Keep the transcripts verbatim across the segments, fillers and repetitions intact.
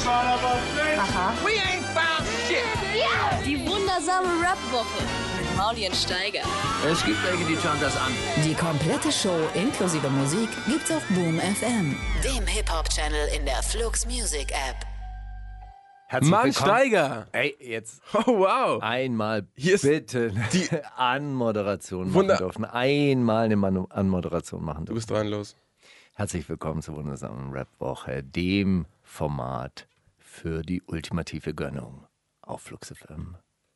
Aha. We ain't found shit. Die wundersame Rap-Woche mit Mauli und Steiger. Es gibt welche, die schauen das an. Die komplette Show inklusive Musik gibt's auf Boom F M, dem Hip-Hop-Channel in der Flux Music App. Herzlich Mann, willkommen. Steiger! Ey, jetzt Oh, wow! einmal Hier ist bitte die Anmoderation machen Wunder- dürfen. Einmal eine Man- Anmoderation machen Du dürfen. bist dran, los. Herzlich willkommen zur wundersamen Rap-Woche, dem Format für die ultimative Gönnung auf Flux F M.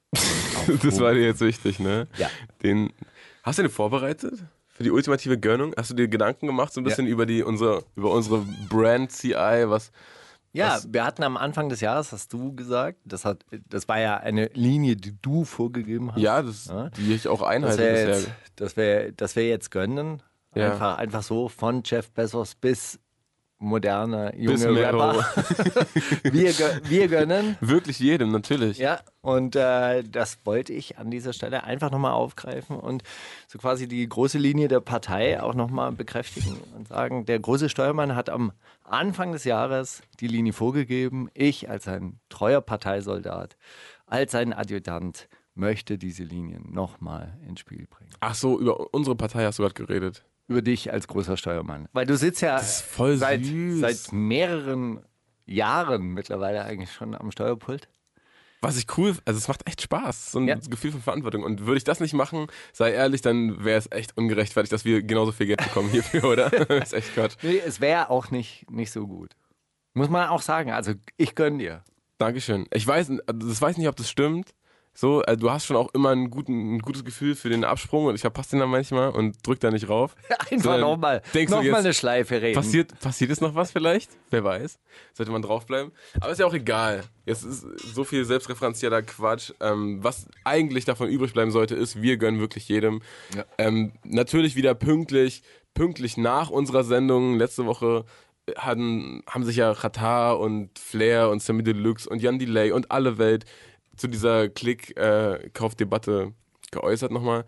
Das war dir jetzt wichtig, ne? Ja. Den, hast du den vorbereitet? Für die ultimative Gönnung? Hast du dir Gedanken gemacht, so ein bisschen Ja. über, die, unsere, über unsere Brand C I? Was? Ja, Was? wir hatten am Anfang des Jahres, hast du gesagt, das, hat, das war ja eine Linie, die du vorgegeben hast. Ja, das, Ja. die ich auch dass einhalte wir bisher. jetzt, dass wir, dass wir jetzt gönnen. Ja. Einfach, einfach so von Jeff Bezos bis moderner junge Bis Mero. Rapper. wir, gö- wir gönnen. Wirklich jedem, natürlich. Ja, und äh, das wollte ich an dieser Stelle einfach nochmal aufgreifen und so quasi die große Linie der Partei auch nochmal bekräftigen und sagen, der große Steuermann hat am Anfang des Jahres die Linie vorgegeben. Ich als ein treuer Parteisoldat, als ein Adjutant möchte diese Linien nochmal ins Spiel bringen. Ach so, über unsere Partei hast du gerade geredet. Über dich als großer Steuermann. Weil du sitzt ja Das ist voll seit, süß. seit mehreren Jahren mittlerweile eigentlich schon am Steuerpult. Was ich cool, also es macht echt Spaß, so ein Ja. Gefühl von Verantwortung. Und würde ich das nicht machen, sei ehrlich, dann wäre es echt ungerechtfertigt, dass wir genauso viel Geld bekommen hierfür, oder? Das ist echt Quatsch. Nee, es wäre auch nicht, nicht so gut. Muss man auch sagen. Also ich gönn dir. Dankeschön. Ich weiß, also das weiß nicht, ob das stimmt. So, also du hast schon auch immer einen guten, ein gutes Gefühl für den Absprung und ich verpasse den dann manchmal und drück da nicht rauf. Einfach So, nochmal denkst du noch jetzt, mal eine Schleife reden. Passiert, passiert jetzt noch was vielleicht? Wer weiß. Sollte man draufbleiben. Aber ist ja auch egal. Jetzt ist so viel selbstreferenzieller Quatsch. Ähm, was eigentlich davon übrig bleiben sollte, ist, wir gönnen wirklich jedem. Ja. Ähm, natürlich wieder pünktlich, pünktlich nach unserer Sendung. Letzte Woche hatten, haben sich ja Katar und Flair und Sammy Deluxe und Jan Delay und alle Welt zu dieser Klick-Kaufdebatte geäußert nochmal.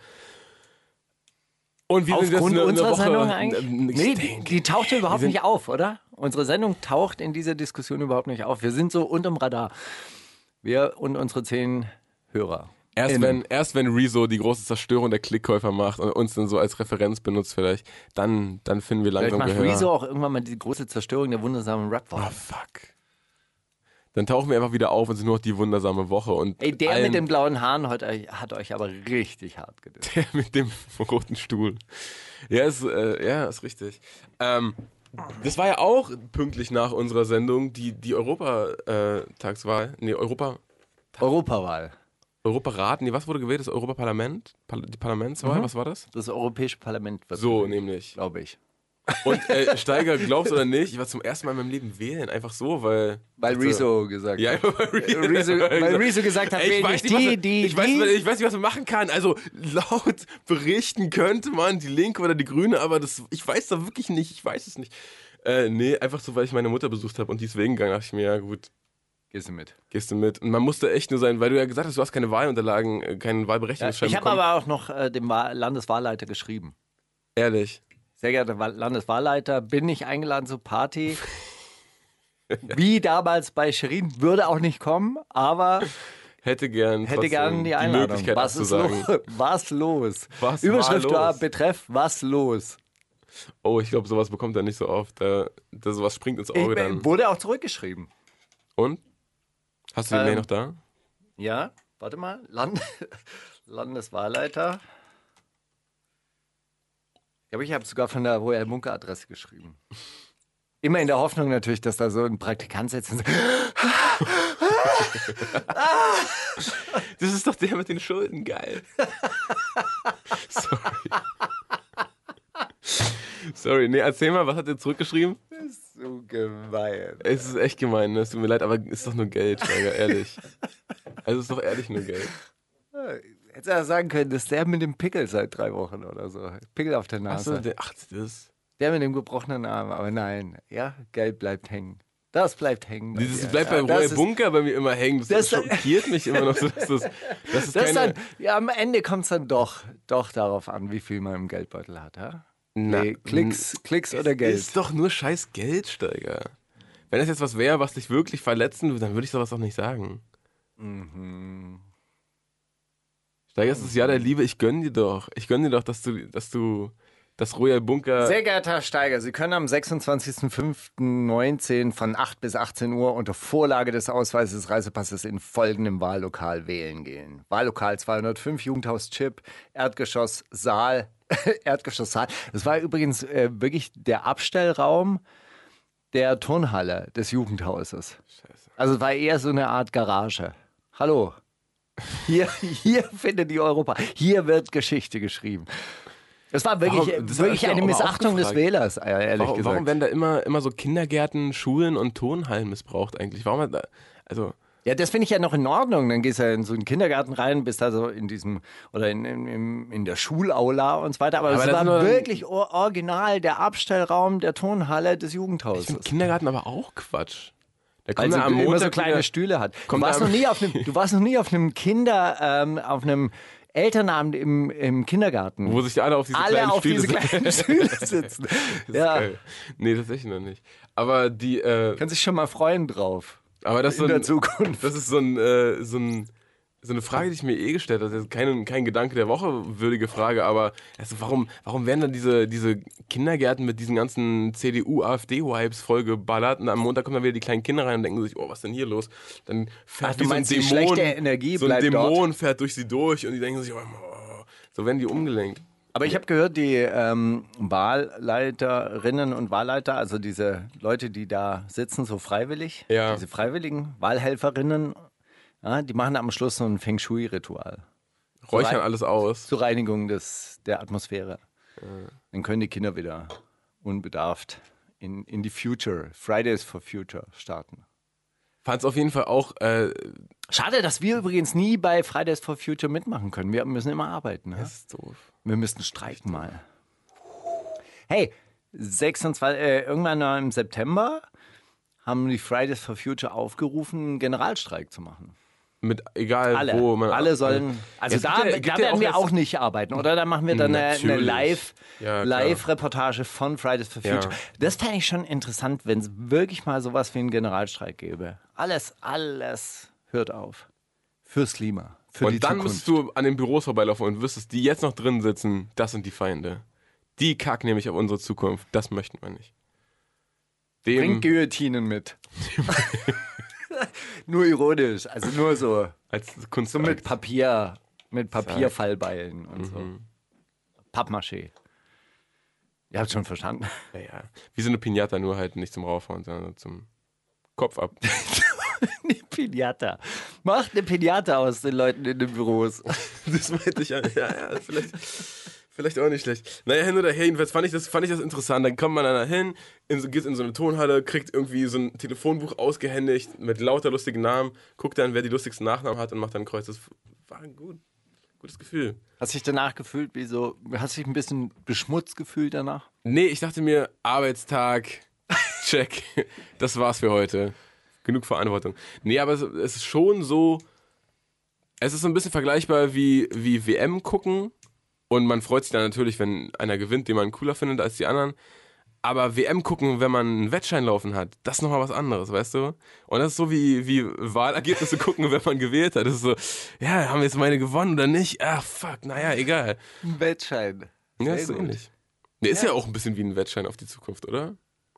Und wir sind jetzt Aufgrund eine, eine unserer Woche, Sendung eigentlich? Ähm, ich Nee, denke, die tauchte überhaupt wir sind- nicht auf, oder? Unsere Sendung taucht in dieser Diskussion überhaupt nicht auf. Wir sind so unterm Radar. Wir und unsere zehn Hörer. Erst In- wenn, erst wenn Rezo die große Zerstörung der Klickkäufer macht und uns dann so als Referenz benutzt vielleicht, dann, dann finden wir Vielleicht langsam macht Gehör. Rezo auch irgendwann mal die große Zerstörung der wundersamen Oh, Rap-Woche. fuck. Dann tauchen wir einfach wieder auf und sind nur noch die wundersame Woche. Und Ey, der allen- mit den blauen Haaren hat euch, hat euch aber richtig hart gedisst. Der mit dem roten Stuhl. Ja, ist, äh, ja, ist richtig. Ähm, das war ja auch pünktlich nach unserer Sendung, die, die Europatagswahl. Nee, Europa, Europawahl. Europarat. Nee, was wurde gewählt? Das Europaparlament? Par die Parlamentswahl? Was war das? Das Europäische Parlament wird So, nämlich. glaube ich. Und äh, Steiger, glaubst du oder nicht, ich war zum ersten Mal in meinem Leben wählen. Einfach so, weil... Weil Rezo gesagt Ja, hat. weil Rezo, Rezo, weil Rezo gesagt hat, Ey, ich, wähl weiß nicht nicht, was, die, man- die, ich, weiß, die. ich weiß nicht, was man machen kann. Also laut berichten könnte man die Linke oder die Grüne, aber das, ich weiß da wirklich nicht. Ich weiß es nicht. Äh, nee, einfach so, weil ich meine Mutter besucht habe und die ist wegen gegangen, dachte ich mir, ja gut, Gehst du mit? gehst du mit. Und man musste echt nur sein, weil du ja gesagt hast, du hast keine Wahlunterlagen, äh, keinen Ja, Wahlberechtigungsschein ich habe bekommen. aber auch noch äh, dem Wahl- Landeswahlleiter geschrieben. Ehrlich. Sehr geehrter Wa- Landeswahlleiter, bin nicht eingeladen zur Party. Wie damals bei Shirin, würde auch nicht kommen, aber Hätte gern, hätte trotzdem gern die Einladung. Möglichkeit was ist abzusagen. los? Was los? Was Überschrift war war los? betreff, was los? Oh, ich glaube, sowas bekommt er nicht so oft. Da, da sowas springt ins Ich, Auge dann. äh, wurde auch zurückgeschrieben. Und? Hast du die Ähm, Mail noch da? Ja, warte mal. Land Landeswahlleiter. Ich glaube, ich habe sogar von der Royal Bunker Adresse geschrieben. Immer in der Hoffnung natürlich, dass da so ein Praktikant sitzt und so, Das ist doch der mit den Schulden, geil. Sorry. Sorry, nee, erzähl mal, was hat er zurückgeschrieben? so gemein. Es ist echt gemein, ne? Es tut mir leid, aber es ist doch nur Geld, Steiger, ehrlich. Also es ist doch ehrlich nur Geld. Hättest du ja sagen können, das ist der mit dem Pickel seit drei Wochen oder so. Pickel auf der Nase. Achso, der, ach, das. Der mit dem gebrochenen Arm. Aber nein, ja, Geld bleibt hängen. Das bleibt hängen. bei Dieses dir. bleibt ja, beim das Royal ist- Bunker bei mir immer hängen. Das, Das- schockiert mich immer noch so. Dass das, das ist Das keine, dann, ja, am Ende kommt es dann doch, doch darauf an, wie viel man im Geldbeutel hat. Ja? Na, Nee, Klicks, Klicks oder es Geld? ist doch nur scheiß Geldsteiger. wenn es jetzt was wäre, was dich wirklich verletzen würde, dann würde ich sowas auch nicht sagen. Mhm. Steiger, es ist das Jahr der Liebe, ich gönn dir doch. Ich gönn dir doch, dass du, dass du das Royal Bunker... Sehr geehrter Herr Steiger, Sie können am sechsundzwanzigsten fünften neunzehn von acht bis achtzehn Uhr unter Vorlage des Ausweises des Reisepasses in folgendem Wahllokal wählen gehen. Wahllokal zweihundertfünf, Jugendhaus Chip, Erdgeschoss Saal, Erdgeschoss Saal. Das war übrigens äh, wirklich der Abstellraum der Turnhalle des Jugendhauses. Scheiße. Also es war eher so eine Art Garage. Hallo. Hier, hier findet die Europa. Hier wird Geschichte geschrieben. Das war wirklich, Warum, das wirklich hab ich eine auch immer Missachtung des aufgefragt. Wählers, ehrlich Warum, gesagt. warum werden da immer, immer so Kindergärten, Schulen und Turnhallen missbraucht eigentlich? Warum hat da, also... Ja, das finde ich ja noch in Ordnung. Dann gehst du ja in so einen Kindergarten rein, bist da so in diesem, oder in, in, in, in der Schulaula und so weiter. Aber, Aber das das war sind doch- wirklich or original der Abstellraum der Turnhalle des Ich Jugendhauses. finde Kindergarten aber auch Quatsch. Da Weil kommt sie da am immer Montag so kleine wieder- Stühle hat. Du kommt warst, da- noch nie auf einem, du warst noch nie auf einem Kinder, ähm, auf einem Elternabend im, im Kindergarten. wo sich alle auf diese alle kleinen auf Stühle diese sitzen. kleinen Stühle sitzen. Das ist Ja, geil. Nee, tatsächlich noch nicht. Aber die, äh, kannst dich schon mal freuen drauf. aber das ist In so der ein, Zukunft. das ist so ein, äh, so ein, so eine Frage, die ich mir eh gestellt habe. Das ist kein, kein Gedanke der Woche würdige Frage, aber also warum, warum werden dann diese, diese Kindergärten mit diesen ganzen C D U-A F D-Vibes vollgeballert und am Montag kommen dann wieder die kleinen Kinder rein und denken sich, oh, was ist denn hier los? Dann fährt Ach, du wie so ein meinst, die Dämon, schlechte Energie so ein bleibt dort? Dämon fährt durch sie durch und die denken sich, oh, oh, so werden die umgelenkt. Aber ich habe gehört, die ähm, Wahlleiterinnen und Wahlleiter, also diese Leute, die da sitzen, so freiwillig, Ja. diese freiwilligen Wahlhelferinnen, ja, die machen am Schluss so ein Feng Shui-Ritual Räuchern rein- alles aus. zur Reinigung des, der Atmosphäre. Dann können die Kinder wieder unbedarft in, in die Future, Fridays for Future starten. Fand es auf jeden Fall auch, äh, Schade, dass wir übrigens nie bei Fridays for Future mitmachen können. Wir müssen immer arbeiten. Ne? das ist doof. Wir müssten streiken mal. Hey, sechsundzwanzig, äh, irgendwann noch im September haben die Fridays for Future aufgerufen, einen Generalstreik zu machen. Mit, egal Alle, wo man. alle sollen. Also Es da, gibt ja- gibt da ja werden auch wir jetzt- auch nicht arbeiten, oder? Da machen wir dann eine, eine Natürlich. Live, Ja, klar. Live-Reportage von Fridays for Future. Ja. Das fände ich schon interessant, wenn es wirklich mal sowas wie einen Generalstreik gäbe. Alles, alles hört auf. Fürs Klima, für die Und dann Zukunft. müsstest du an den Büros vorbeilaufen und wüsstest, die jetzt noch drin sitzen, das sind die Feinde. Die kacken nämlich auf unsere Zukunft. Das möchten wir nicht. Dem, Bringt Guillotinen mit. Nur ironisch, also nur so. als So Kunstakt. mit Papier, mit Papierfallbeilen und so. Mhm. Pappmaché. Ihr habt schon verstanden. Ja, ja. Wie so eine Pinata, nur halt nicht zum Raufhauen, sondern zum Kopf ab. Eine Pinata. Macht eine Pinata aus den Leuten in den Büros. Das meinte ich ja. Ja, ja, vielleicht, vielleicht auch nicht schlecht. Naja, hin oder her, jedenfalls fand ich das, fand ich das interessant. Dann kommt man dann da hin, in so, geht in so eine Tonhalle, kriegt irgendwie so ein Telefonbuch ausgehändigt mit lauter lustigen Namen, guckt dann, wer die lustigsten Nachnamen hat und macht dann ein Kreuz. Das war ein gut, gutes Gefühl. Hast du dich danach gefühlt wie so, hast du dich ein bisschen beschmutzt gefühlt danach? Nee, ich dachte mir, Arbeitstag, check, das war's für heute. Genug Verantwortung. Nee, aber es, es ist schon so, es ist so ein bisschen vergleichbar wie, wie W M gucken und man freut sich dann natürlich, wenn einer gewinnt, den man cooler findet als die anderen. Aber W M gucken, wenn man einen Wettschein laufen hat, das ist nochmal was anderes, weißt du? Und das ist so wie, wie Wahlergebnisse gucken, wenn man gewählt hat. Das ist so, ja, haben wir jetzt meine gewonnen oder nicht? Ach, fuck, naja, egal. Ein Wettschein. Ja, Sehr ist so gut. ähnlich. Der ist ja auch ein bisschen wie ein Wettschein auf die Zukunft, oder?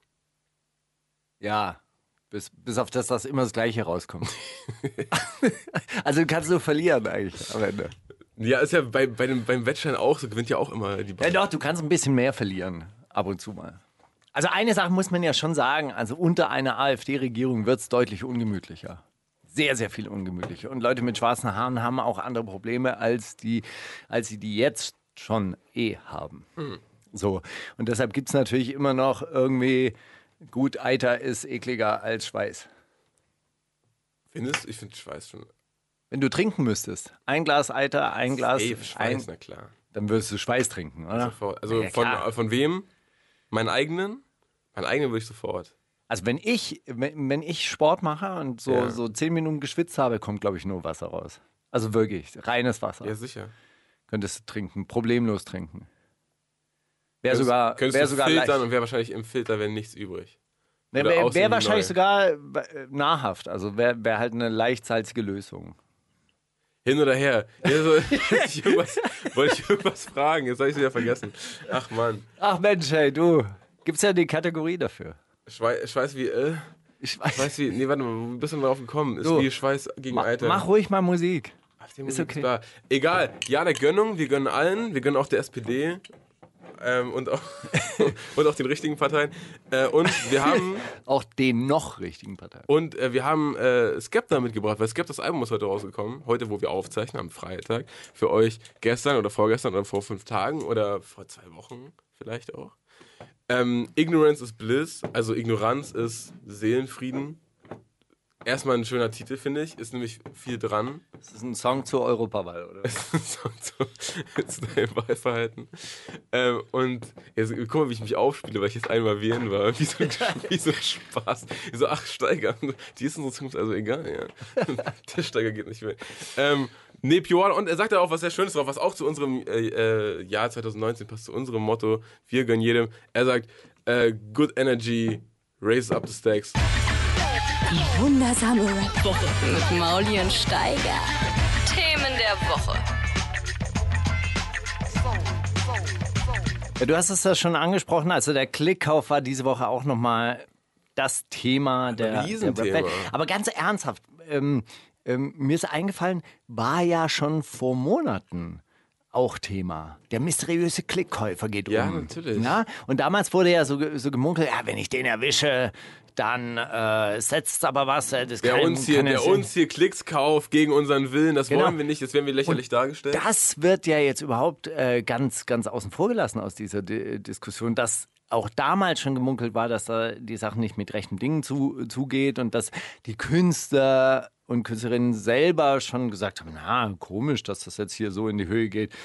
Ja, bis, bis auf das, dass immer das Gleiche rauskommt. Also du kannst nur verlieren eigentlich am Ende. Ja, ist ja bei, bei dem, beim Wettschein auch so, gewinnt ja auch immer die Ja Bank. doch, du kannst ein bisschen mehr verlieren, ab und zu mal. Also eine Sache muss man ja schon sagen, also unter einer AfD-Regierung wird es deutlich ungemütlicher. Sehr, sehr viel ungemütlicher. Und Leute mit schwarzen Haaren haben auch andere Probleme, als, die, als sie die jetzt schon eh haben. So. Und deshalb gibt es natürlich immer noch irgendwie, gut, Eiter ist ekliger als Schweiß. Findest du? Ich finde Schweiß schon. Wenn du trinken müsstest, ein Glas Eiter, ein Glas, Ey, Schweiß, ein, na klar. dann würdest du Schweiß trinken, oder? Sofort. Also Ja, von, klar. von wem? Meinen eigenen? Meinen eigenen würde ich sofort. Also wenn ich, wenn, wenn ich Sport mache und so, Ja. so zehn Minuten geschwitzt habe, kommt, glaube ich, nur Wasser raus. Also wirklich, reines Wasser. Ja, sicher. Könntest du trinken, problemlos trinken. Wäre Könntest- sogar, Könntest wär du sogar filtern leicht. und wäre wahrscheinlich im Filter wäre nichts übrig. Wäre wär, wär wahrscheinlich neu. sogar äh, nahrhaft. Also wäre wär halt eine leicht salzige Lösung. Hin oder her. Ja, so, ich irgendwas, wollte ich irgendwas fragen, jetzt habe ich es wieder vergessen. Ach Mann. Ach Mensch, hey, du. Gibt's ja die Kategorie dafür. Schweiß, Schweiß wie, äh? Ich weiß. Schweiß wie, nee, warte mal, wie bist du denn drauf gekommen? Ist so, wie Schweiß gegen ma, Alter. Mach ruhig mal Musik. Ach, die Musik ist okay. Ist egal. Ja, der Gönnung, wir gönnen allen, wir gönnen auch der S P D. Ähm, und, auch, und auch den richtigen Parteien. Äh, und wir haben... auch den noch richtigen Parteien. Und äh, wir haben äh, Skepta mitgebracht, weil Skeptas Album ist heute rausgekommen. Heute, wo wir aufzeichnen, am Freitag. Für euch gestern oder vorgestern oder vor fünf Tagen oder vor zwei Wochen vielleicht auch. Ähm, Ignorance is Bliss, also Ignoranz ist Seelenfrieden. Erstmal ein schöner Titel, finde ich. Ist nämlich viel dran. Das ist ein Song zur Europawahl, oder? Das ist ein Song zu, zu deinem Wahlverhalten. Ähm, und jetzt, guck mal, wie ich mich aufspiele, weil ich jetzt einmal wählen war. Wie so, wie so Spaß. Ich so, ach, Steiger. Die ist unsere Zukunft, also egal, ja. Der Steiger geht nicht mehr. Ähm, nee, Pior. Und er sagt ja auch was sehr Schönes drauf, was auch zu unserem äh, äh, Jahr zwanzig neunzehn passt, zu unserem Motto. Wir gönnen jedem. Er sagt, äh, good energy, raise up the stakes. Die wundersame Rap-Woche mit Mauli und Steiger. Themen der Woche. Ja, du hast es ja schon angesprochen, also der Klickkauf war diese Woche auch nochmal das Thema der, der Rap-Welt. Aber ganz ernsthaft, ähm, ähm, mir ist eingefallen, war ja schon vor Monaten auch Thema. Der mysteriöse Klickkäufer geht ja, um. Ja, natürlich. Ja? Und damals wurde ja so, so gemunkelt, ja, wenn ich den erwische, dann äh, setzt aber was. Das der kann, uns hier, kann der uns hier Klicks kauft gegen unseren Willen, das genau. wollen wir nicht, das werden wir lächerlich und dargestellt. Das wird ja jetzt überhaupt äh, ganz, ganz außen vor gelassen aus dieser D- Diskussion, dass auch damals schon gemunkelt war, dass da die Sache nicht mit rechten Dingen zu, zugeht und dass die Künstler und Künstlerinnen selber schon gesagt haben, na, komisch, dass das jetzt hier so in die Höhe geht.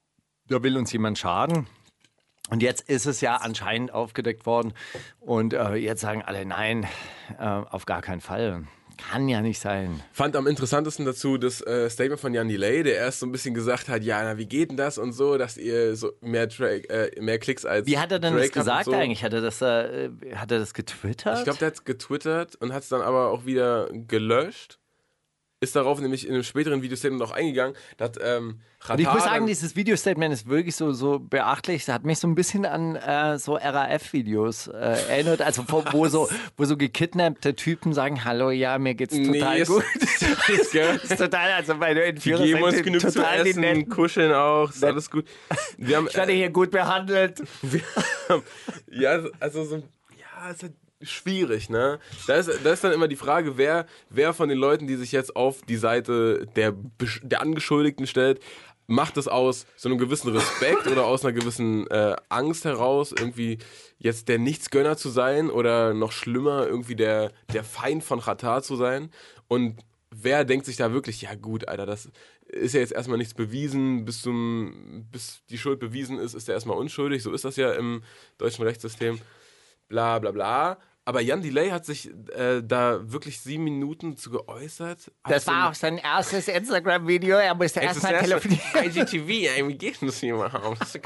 Da will uns jemand schaden. Und jetzt ist es ja anscheinend aufgedeckt worden. Und äh, jetzt sagen alle, nein, äh, auf gar keinen Fall. Kann ja nicht sein. Fand am interessantesten dazu das äh, Statement von Jan Delay, der erst so ein bisschen gesagt hat, ja, na, wie geht denn das und so, dass ihr so mehr, Drake, äh, mehr Klicks als Wie hat er denn Drake das gesagt so. eigentlich? Hat er das, äh, hat er das getwittert? Ich glaube, der hat es getwittert und hat es dann aber auch wieder gelöscht. Ist darauf nämlich in einem späteren Videostatement noch eingegangen. Da hat, ähm, und ich muss sagen, dieses Videostatement ist wirklich so, so beachtlich. Es hat mich so ein bisschen an äh, so R A F-Videos äh, erinnert. Also wo, wo, so, wo so gekidnappte Typen sagen, hallo, ja, mir geht's total nee, gut. Ist, ist, das ist total, also meine Entführer die geben uns sind genug zu essen, netten. kuscheln auch, ist alles gut. Wir haben, ich werde hier gut behandelt. Wir haben, ja, also so, ja, es hat schwierig, ne? Da ist, da ist dann immer die Frage, wer, wer von den Leuten, die sich jetzt auf die Seite der, der Angeschuldigten stellt, macht das aus so einem gewissen Respekt oder aus einer gewissen äh, Angst heraus, irgendwie jetzt der Nichtsgönner zu sein oder noch schlimmer, irgendwie der, der Feind von Xatar zu sein. Und wer denkt sich da wirklich, ja gut, Alter, das ist ja jetzt erstmal nichts bewiesen, bis, zum, bis die Schuld bewiesen ist, ist er erstmal unschuldig. So ist das ja im deutschen Rechtssystem. Bla bla bla. Aber Jan Delay hat sich äh, da wirklich sieben Minuten zu geäußert. Das war auch sein erstes Instagram-Video. Er musste erstmal telefonieren. I G T V, ey, wie geht denn das hier überhaupt? Das ist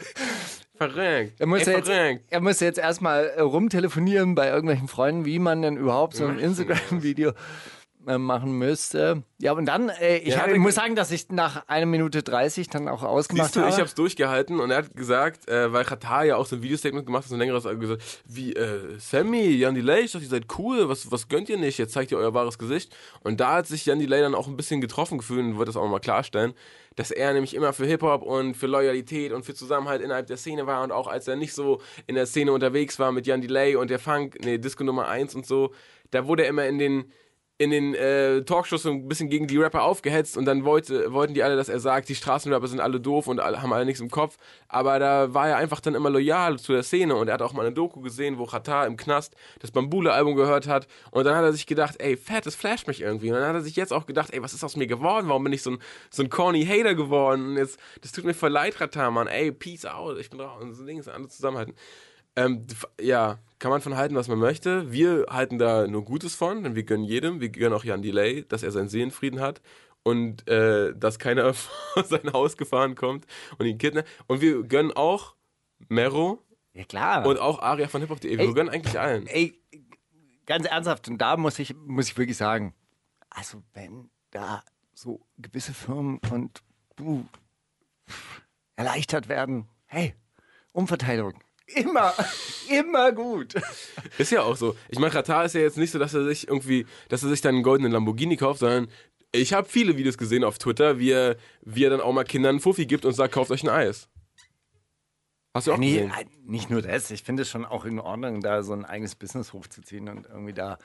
verrückt. Er muss, ey, jetzt, verrückt. er muss jetzt erstmal äh, rumtelefonieren bei irgendwelchen Freunden, wie man denn überhaupt so ein Instagram-Video äh, machen müsste. Ja, und dann, äh, ich, ja, hab, ich muss sagen, dass ich nach einer Minute dreißig dann auch ausgemacht Siehst du, habe. ich hab's durchgehalten und er hat gesagt, äh, weil Xatar ja auch so ein Videostatement gemacht hat, so ein längeres, gesagt, wie, äh, Sammy, Jan Delay, ich dachte, ihr seid cool, was, was gönnt ihr nicht, jetzt zeigt ihr euer wahres Gesicht. Und da hat sich Jan Delay dann auch ein bisschen getroffen gefühlt und wollte das auch mal klarstellen, dass er nämlich immer für Hip-Hop und für Loyalität und für Zusammenhalt innerhalb der Szene war und auch als er nicht so in der Szene unterwegs war mit Jan Delay und der Funk, nee, Disco Nummer eins und so, da wurde er immer in den in den äh, Talkshows so ein bisschen gegen die Rapper aufgehetzt und dann wollte, wollten die alle, dass er sagt, die Straßenrapper sind alle doof und alle, haben alle nichts im Kopf, aber da war er einfach dann immer loyal zu der Szene und er hat auch mal eine Doku gesehen, wo Xatar im Knast das Bambule-Album gehört hat und dann hat er sich gedacht, ey, fett, das flasht mich irgendwie und dann hat er sich jetzt auch gedacht, ey, was ist aus mir geworden, warum bin ich so ein, so ein corny Hater geworden und jetzt, das tut mir voll leid, Xatar, Mann, ey, peace out, ich bin drauf und so Dinge, alle zusammenhalten. Ähm, ja, kann man von halten, was man möchte. Wir halten da nur Gutes von, denn wir gönnen jedem, wir gönnen auch Jan Delay, dass er seinen Seelenfrieden hat und äh, dass keiner vor sein Haus gefahren kommt und ihn kidnappt. Und wir gönnen auch Mero ja, klar. und auch Aria von hiphop punkt de. Wir gönnen eigentlich allen. Ey, ganz ernsthaft, und da muss ich, muss ich wirklich sagen, also wenn da so gewisse Firmen und du erleichtert werden, hey, Umverteilung, immer, immer gut. Ist ja auch so. Ich meine, Katar ist ja jetzt nicht so, dass er sich irgendwie, dass er sich dann einen goldenen Lamborghini kauft, sondern ich habe viele Videos gesehen auf Twitter, wie er, wie er dann auch mal Kindern einen Fuffi gibt und sagt, kauft euch ein Eis. Hast du auch Nee, gesehen? nicht nur das, ich finde es schon auch in Ordnung, da so ein eigenes Business hochzuziehen und irgendwie da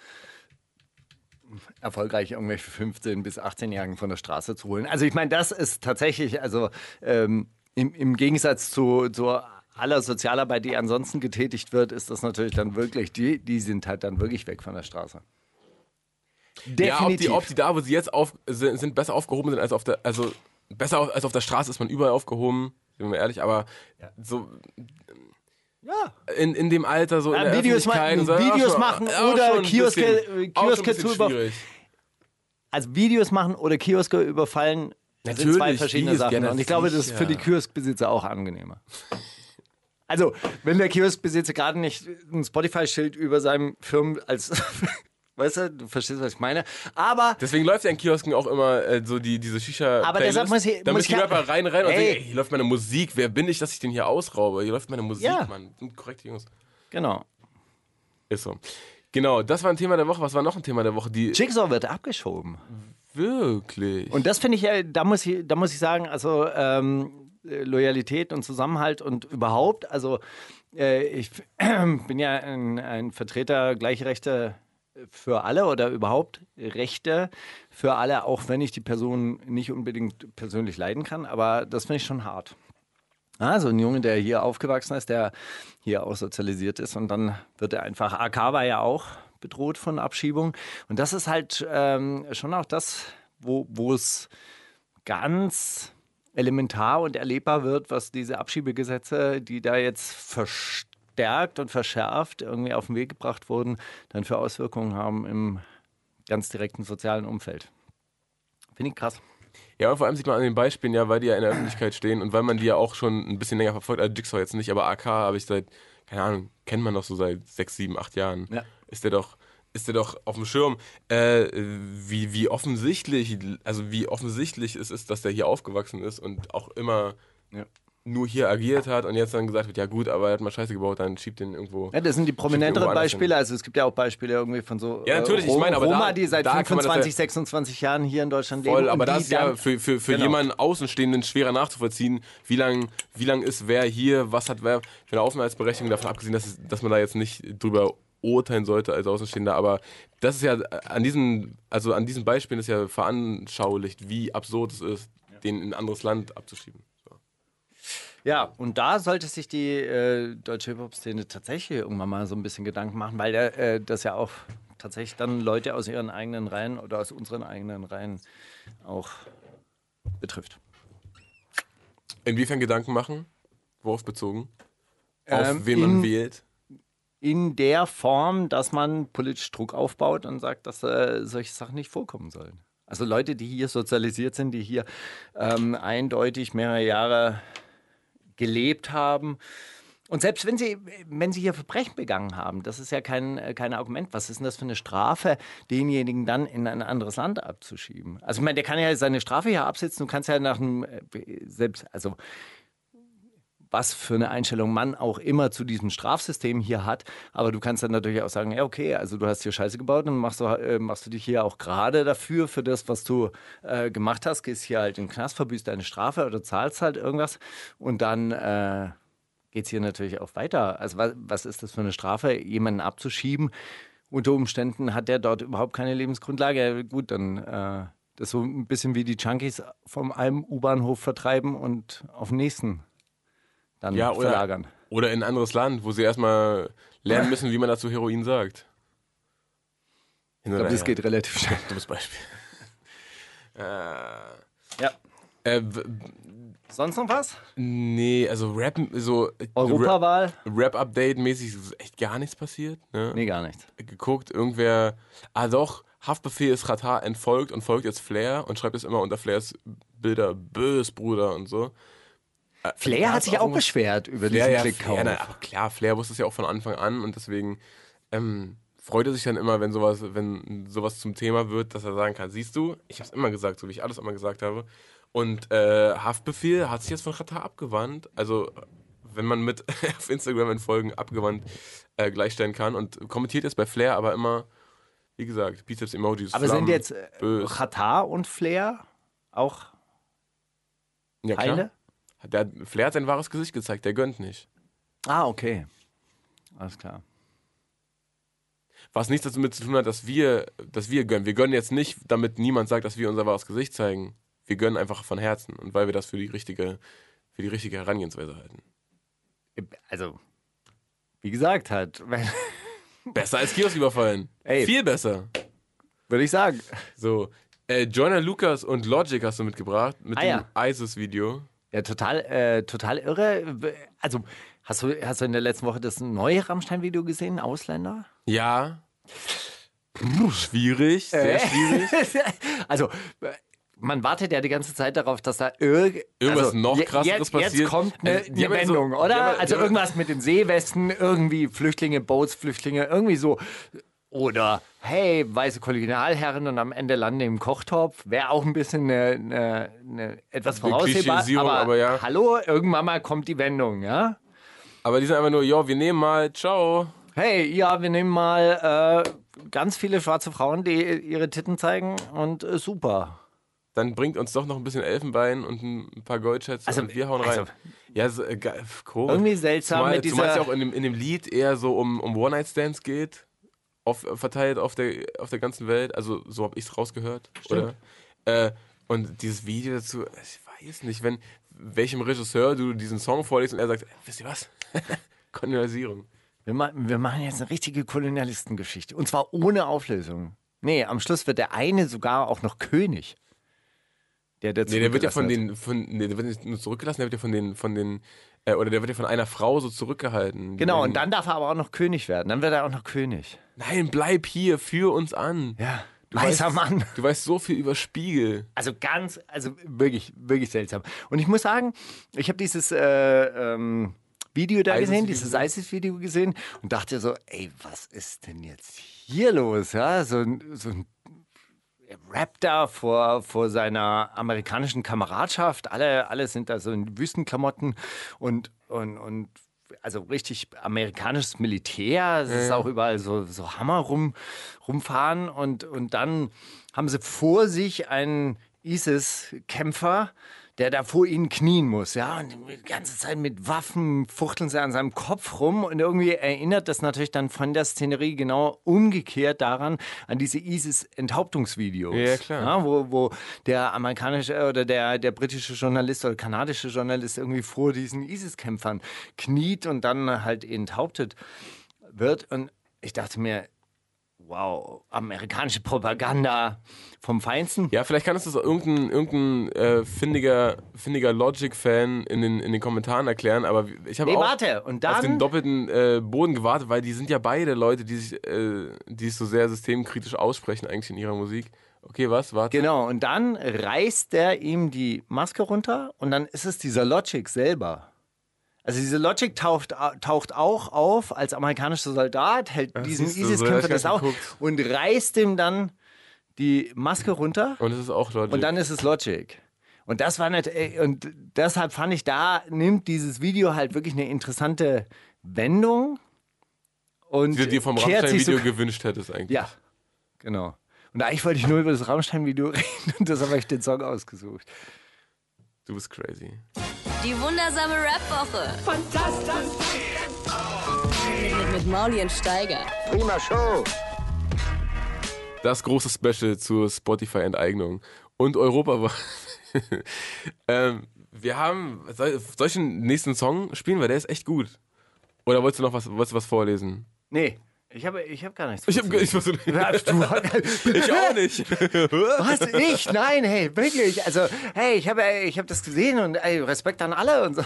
erfolgreich irgendwelche fünfzehn- bis achtzehnjährigen von der Straße zu holen. Also ich meine, das ist tatsächlich, also ähm, im, im Gegensatz zu, zu aller Sozialarbeit, die ansonsten getätigt wird, ist das natürlich dann wirklich, die, die sind halt dann wirklich weg von der Straße. Definitiv. Ja, ob die, ob die da, wo sie jetzt auf, sind, sind, besser aufgehoben sind als auf der, also besser auf, als auf der Straße ist man überall aufgehoben, sind wir ehrlich, aber so Ja. in, in dem Alter so in Ja, der Videos Öffentlichkeit machen- und so, Videos auch schon- machen auch oder schon ein Kioske- bisschen- auch schon ein Kioske bisschen zu über- schwierig. Also Videos machen oder Kioske überfallen, das sind Natürlich, zwei verschiedene Kiosk, Sachen. ja, und ich glaube, das ist sicher. für die Kioskbesitzer auch angenehmer. Also, wenn der Kioskbesitzer gerade nicht ein Spotify-Schild über seinem Firmen als, weißt du, du verstehst, was ich meine. Aber Deswegen läuft ja in Kiosken auch immer äh, so die, diese Shisha. Aber deshalb muss ich- Damit muss die ich- Rapper rein, rein und Ey. sagen, ey, hier läuft meine Musik. Wer bin ich, dass ich den hier ausraube? Hier läuft meine Musik, Ja. Mann. Sind korrekte Jungs. genau. Ist so. Genau, das war ein Thema der Woche. Was war noch ein Thema der Woche? Die Jigsaw wird abgeschoben. wirklich. Und das finde ich ja, da muss ich, da muss ich sagen, also ähm, äh, Loyalität und Zusammenhalt und überhaupt, also äh, ich bin ja ein, ein Vertreter gleiche Rechte für alle oder überhaupt Rechte für alle, auch wenn ich die Person nicht unbedingt persönlich leiden kann, aber das finde ich schon hart. Also ein Junge, der hier aufgewachsen ist, der hier auch sozialisiert ist und dann wird er einfach, A K war ja auch bedroht von Abschiebung und das ist halt ähm, schon auch das, wo wo es ganz elementar und erlebbar wird, was diese Abschiebegesetze, die da jetzt verstärkt und verschärft irgendwie auf den Weg gebracht wurden, dann für Auswirkungen haben im ganz direkten sozialen Umfeld. Finde ich krass. Ja, und vor allem sieht man an den Beispielen ja, weil die ja in der Öffentlichkeit stehen und weil man die ja auch schon ein bisschen länger verfolgt. Also Jigsaw jetzt nicht, aber A K habe ich seit, keine Ahnung, kennt man doch so seit sechs, sieben, acht Jahren. Ja. Ist der doch, ist der doch auf dem Schirm. Äh, wie, wie offensichtlich, also wie offensichtlich es ist, dass der hier aufgewachsen ist und auch immer Ja. nur hier agiert hat und jetzt dann gesagt wird, ja gut, aber er hat mal Scheiße gebaut, dann schiebt den irgendwo. Ja, das sind die prominenteren irgendwo anders Beispiele. Also es gibt ja auch Beispiele irgendwie von so Ja, natürlich, äh, ich meine, aber Roma, da- die seit da kann man das fünfundzwanzig, ja- sechsundzwanzig Jahren hier in Deutschland leben. Voll, und aber die das ist ja dann- für, für, für Genau. jemanden Außenstehenden schwerer nachzuvollziehen, wie lang, wie lang ist wer hier, was hat wer für eine Aufenthaltsberechtigung, davon abgesehen, dass, es, dass man da jetzt nicht drüber urteilen sollte als Außenstehender, aber das ist ja an diesen, also an diesen Beispielen ist ja veranschaulicht, wie absurd es ist, den in ein anderes Land abzuschieben. So. Ja, und da sollte sich die äh, deutsche Hip-Hop-Szene tatsächlich irgendwann mal so ein bisschen Gedanken machen, weil der, äh, das ja auch tatsächlich dann Leute aus ihren eigenen Reihen oder aus unseren eigenen Reihen auch betrifft. Inwiefern Gedanken machen? Worauf bezogen? Auf Ähm, wen man in- wählt? In der Form, dass man politisch Druck aufbaut und sagt, dass äh, solche Sachen nicht vorkommen sollen. Also Leute, die hier sozialisiert sind, die hier ähm, eindeutig mehrere Jahre gelebt haben. Und selbst wenn sie, wenn sie hier Verbrechen begangen haben, das ist ja kein, äh, kein Argument. Was ist denn das für eine Strafe, denjenigen dann in ein anderes Land abzuschieben? Also ich meine, der kann ja seine Strafe hier absitzen. Du kannst ja nach einem, äh, selbst, also was für eine Einstellung man auch immer zu diesem Strafsystem hier hat. Aber du kannst dann natürlich auch sagen, ja okay, also du hast hier Scheiße gebaut und machst du, äh, machst du dich hier auch gerade dafür, für das, was du äh, gemacht hast, gehst hier halt in den Knast, verbüßt deine Strafe oder zahlst halt irgendwas und dann äh, geht es hier natürlich auch weiter. Also was, was ist das für eine Strafe, jemanden abzuschieben? Unter Umständen hat der dort überhaupt keine Lebensgrundlage. Ja, gut, dann äh, das ist so ein bisschen wie die Junkies vom einen U-Bahnhof vertreiben und auf den nächsten dann Ja, oder, verlagern. oder in ein anderes Land, wo sie erstmal lernen müssen, wie man dazu Heroin sagt. Ich Hin glaube, oder das her. geht relativ schnell. Dummes Beispiel. äh, Ja. äh, w- Sonst noch was? nee, also Rap, so äh, Europawahl? Rap-Update-mäßig ist echt gar nichts passiert. Ne? Nee, gar nichts. Geguckt, irgendwer, ah doch, Haftbefehl ist Katar entfolgt und folgt jetzt Flair und schreibt jetzt immer unter Flairs Bilder bös, Bruder und so. Äh, Flair da hat ist sich auch irgendwas- beschwert über Flair, diesen ja, Klickkauf. Flair, na, aber klar, Flair wusste es ja auch von Anfang an und deswegen ähm, freut er sich dann immer, wenn sowas, wenn sowas zum Thema wird, dass er sagen kann, siehst du, ich habe es immer gesagt, so wie ich alles immer gesagt habe. Und äh, Haftbefehl hat sich jetzt von Xatar abgewandt. Also wenn man mit auf Instagram in Folgen abgewandt äh, gleichstellen kann und kommentiert jetzt bei Flair aber immer, wie gesagt, Bizeps-Emojis. Aber Flammen, sind jetzt äh, bös. Xatar und Flair auch Ja, Teile? klar. Der hat, Flair hat sein wahres Gesicht gezeigt, der gönnt nicht. Ah, okay. Alles klar. Was nichts damit zu tun hat, dass wir, dass wir gönnen. Wir gönnen jetzt nicht, damit niemand sagt, dass wir unser wahres Gesicht zeigen. Wir gönnen einfach von Herzen und weil wir das für die richtige, für die richtige Herangehensweise halten. Also, wie gesagt, halt, Besser als Kiosk überfallen. Ey. Viel besser. würde ich sagen. So, äh, Joyner Lucas und Logic hast du mitgebracht mit Ah, dem ja. ISIS-Video. Ja, total, äh, total irre. Also, hast du, hast du in der letzten Woche das neue Rammstein-Video gesehen, Ausländer? Ja. Schwierig, sehr Äh? schwierig. Also, äh, man wartet ja die ganze Zeit darauf, dass da irg Irgendwas also, noch je- krasseres jetzt, passiert. Jetzt kommt eine, Also, die eine haben ja so- Wendung, die oder? haben ja- Also die haben- irgendwas mit den Seewesten, irgendwie Flüchtlinge, Bootsflüchtlinge, irgendwie so. Oder, hey, weiße Kolonialherren und am Ende landen im Kochtopf. Wäre auch ein bisschen eine, eine, eine etwas Eine voraussehbar. Klischeisierung, Aber, aber ja. hallo, irgendwann mal kommt die Wendung, ja? Aber die sind einfach nur, jo, wir nehmen mal, ciao. Hey, ja, wir nehmen mal äh, ganz viele schwarze Frauen, die ihre Titten zeigen und äh, super. Dann bringt uns doch noch ein bisschen Elfenbein und ein paar Goldschätze Also, und wir hauen rein. also- ja, so, äh, ge- komisch. Irgendwie seltsam Zumal, mit dieser- zumal es ja auch in dem, in dem Lied eher so um, um One-Night-Stands geht, auf, verteilt auf der, auf der ganzen Welt. Also so habe ich es rausgehört. Oder? Äh, und dieses Video dazu, ich weiß nicht, wenn welchem Regisseur du diesen Song vorlegst und er sagt, wisst ihr was? Kolonialisierung. Wir, ma wir machen jetzt eine richtige Kolonialistengeschichte. Und zwar ohne Auflösung. Nee, am Schluss wird der eine sogar auch noch König. Der, der, Nee, der wird ja von zurückgelassen den, von, nee, der wird nicht nur zurückgelassen, der wird ja von den, von den, äh, oder der wird ja von einer Frau so zurückgehalten. Genau, Die und dann darf er aber auch noch König werden. Dann wird er auch noch König. Nein, bleib hier, führ uns an. Ja, Du weißer weißt, Mann. Du weißt so viel über Spiegel. Also ganz, also wirklich, wirklich seltsam. Und ich muss sagen, ich habe dieses äh, ähm, Video da gesehen, ISIS-Video dieses ISIS-Video gesehen und dachte so, ey, was ist denn jetzt hier los? Ja, so, ein- so ein Rap da vor, vor seiner amerikanischen Kameradschaft. Alle, alle sind da so in Wüstenklamotten und, und, und also richtig amerikanisches Militär. Es ist auch überall so, so Hammer rum, rumfahren und, und dann haben sie vor sich einen ISIS-Kämpfer, der da vor ihnen knien muss, ja, und die ganze Zeit mit Waffen fuchteln sie an seinem Kopf rum und irgendwie erinnert das natürlich dann von der Szenerie genau umgekehrt daran, an diese ISIS-Enthauptungsvideos. Ja, klar. Ja, wo, wo der amerikanische oder der, der britische Journalist oder kanadische Journalist irgendwie vor diesen ISIS-Kämpfern kniet und dann halt enthauptet wird. Und ich dachte mir, wow, amerikanische Propaganda vom Feinsten. Ja, vielleicht kann es das irgendein, irgendein äh, findiger, findiger Logic-Fan in den, in den Kommentaren erklären, aber ich habe Nee, auch warte, und auf den dann, doppelten äh, Boden gewartet, weil die sind ja beide Leute, die sich, äh, die sich so sehr systemkritisch aussprechen eigentlich in ihrer Musik. Okay, was? Warte. genau, und dann reißt er ihm die Maske runter und dann ist es dieser Logic selber. Also diese Logic taucht, taucht auch auf als amerikanischer Soldat, hält diesen siehst du, so ISIS-Kämpfer hab ich das gar auch nicht geguckt. und reißt ihm dann die Maske runter Und es ist auch Logic. und dann ist es Logic. Und das war nicht, ey, und deshalb fand ich, da nimmt dieses Video halt wirklich eine interessante Wendung und die du dir vom kehrt sich so, Rammstein-Video gewünscht hättest eigentlich. ja, genau. Und eigentlich wollte ich nur über das Rammstein-Video reden und deshalb habe ich den Song ausgesucht. Du bist crazy. Die wundersame Rap-Woche. Fantastisch. Mit, mit, mit Mauli und Steiger. Prima Show. Das große Special zur Spotify-Enteignung und Europa. ähm, wir haben. Soll, soll ich den nächsten Song spielen? Weil der ist echt gut. Oder wolltest du noch was, wolltest du was vorlesen? Nee, ich habe ich hab gar nichts. Ich, hab, ich, was, ich Ja, du, auch nicht. was? Ich? Nein, hey, wirklich. Also, hey, ich habe ich hab das gesehen und ey, Respekt an alle und so.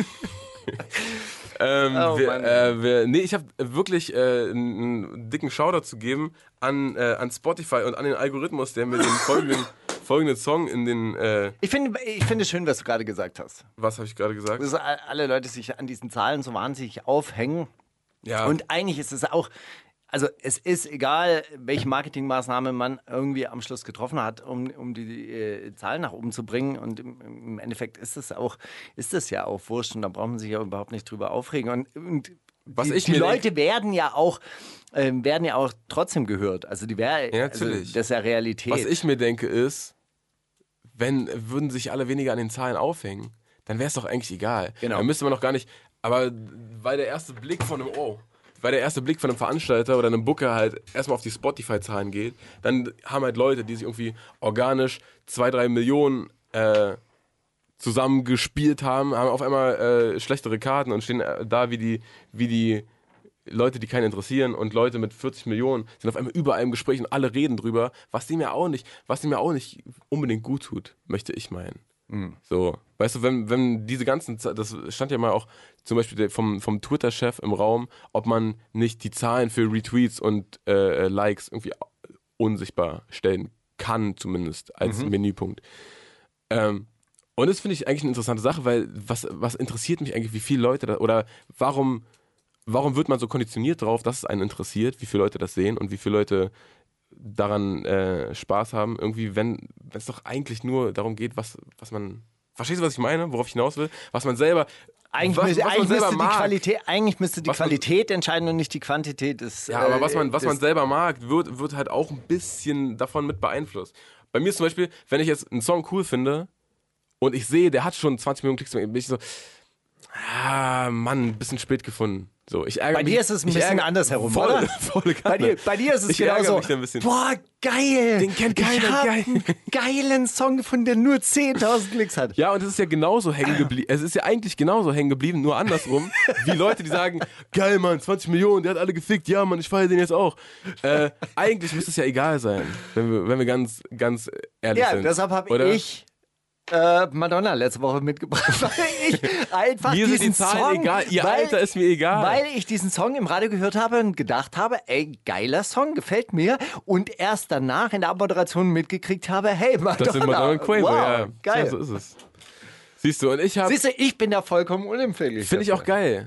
Ähm, Oh, wir, Mann. äh, wir, nee, ich habe wirklich äh, einen dicken Shoutout zu geben an, äh, an Spotify und an den Algorithmus, der mir den folgenden, folgenden Song in den. Äh, Ich finde ich finde es schön, was du gerade gesagt hast. was habe ich gerade gesagt? Dass alle Leute sich an diesen Zahlen so wahnsinnig aufhängen. Ja. Und eigentlich ist es auch also es ist egal, welche Marketingmaßnahme man irgendwie am Schluss getroffen hat, um, um die äh, Zahlen nach oben zu bringen. Und im, im Endeffekt ist das auch, ist das ja auch wurscht und da braucht man sich ja überhaupt nicht drüber aufregen. Und, und Was die, ich die mir Leute denk- werden ja auch äh, werden ja auch trotzdem gehört. Also die wär, Ja, also natürlich. das ist ja Realität. Was ich mir denke ist, wenn würden sich alle weniger an den Zahlen aufhängen, dann wäre es doch eigentlich egal. Genau. Dann müsste man doch gar nicht, aber weil der erste Blick von einem, oh, weil der erste Blick von einem Veranstalter oder einem Booker halt erstmal auf die Spotify-Zahlen geht, dann haben halt Leute, die sich irgendwie organisch zwei, drei Millionen äh, zusammengespielt haben, haben auf einmal äh, schlechtere Karten und stehen äh, da wie die, wie die Leute, die keinen interessieren, und Leute mit vierzig Millionen sind auf einmal überall im Gespräch und alle reden drüber, was dem ja auch nicht, was dem ja auch nicht unbedingt gut tut, möchte ich meinen. Mhm. So, weißt du, wenn, wenn diese ganzen, Z- das stand ja mal auch zum Beispiel der- vom, vom Twitter-Chef im Raum, ob man nicht die Zahlen für Retweets und äh, Likes irgendwie unsichtbar stellen kann, zumindest als Mhm. Menüpunkt. Ähm, und das finde ich eigentlich eine interessante Sache, weil was, was interessiert mich eigentlich, wie viele Leute da, oder warum Warum wird man so konditioniert drauf, dass es einen interessiert, wie viele Leute das sehen und wie viele Leute daran äh, Spaß haben? Irgendwie, wenn es doch eigentlich nur darum geht, was, was man. Verstehst du, was ich meine? Worauf ich hinaus will? Was man selber. Eigentlich, was, müsste, was man eigentlich, selber müsste die mag. Qualität, eigentlich müsste die Was man- Qualität entscheiden und nicht die Quantität des. Ja, aber äh, was man, was des, man selber mag, wird, wird halt auch ein bisschen davon mit beeinflusst. Bei mir ist zum Beispiel, wenn ich jetzt einen Song cool finde und ich sehe, der hat schon zwanzig Millionen Klicks, bin ich so, ah, Mann, ein bisschen spät gefunden. So, ich ärgere Bei mich, dir ist es ein ich bisschen ärgere- andersherum, voll, oder? Voll Bei dir, bei dir ist es Ich genau ärgere so. mich da ein bisschen. Boah, geil. Den kennt Ich keiner, hab geil. einen geilen Song gefunden, der nur zehntausend Klicks hat. Ja, und es ist ja genauso hängen geblieben. Es ist ja eigentlich genauso hängen geblieben, nur andersrum. Wie Leute, die sagen, geil, Mann, zwanzig Millionen, der hat alle gefickt. Ja, Mann, ich feiere den jetzt auch. Äh, eigentlich müsste es ja egal sein, wenn wir, wenn wir ganz, ganz ehrlich Ja, sind. deshalb habe oder? ich äh, Madonna letzte Woche mitgebracht, weil ich einfach Mir sind diesen die Zahlen Song, egal, ihr weil, Alter ist mir egal. weil ich diesen Song im Radio gehört habe und gedacht habe, ey, geiler Song, gefällt mir, und erst danach in der Abmoderation mitgekriegt habe, hey, Madonna, Das sind Madonna und Quavo, wow, ja. geil. Ja, so ist es. Siehst du, und ich habe, Siehst du, ich bin da vollkommen unempfänglich. finde ich auch geil.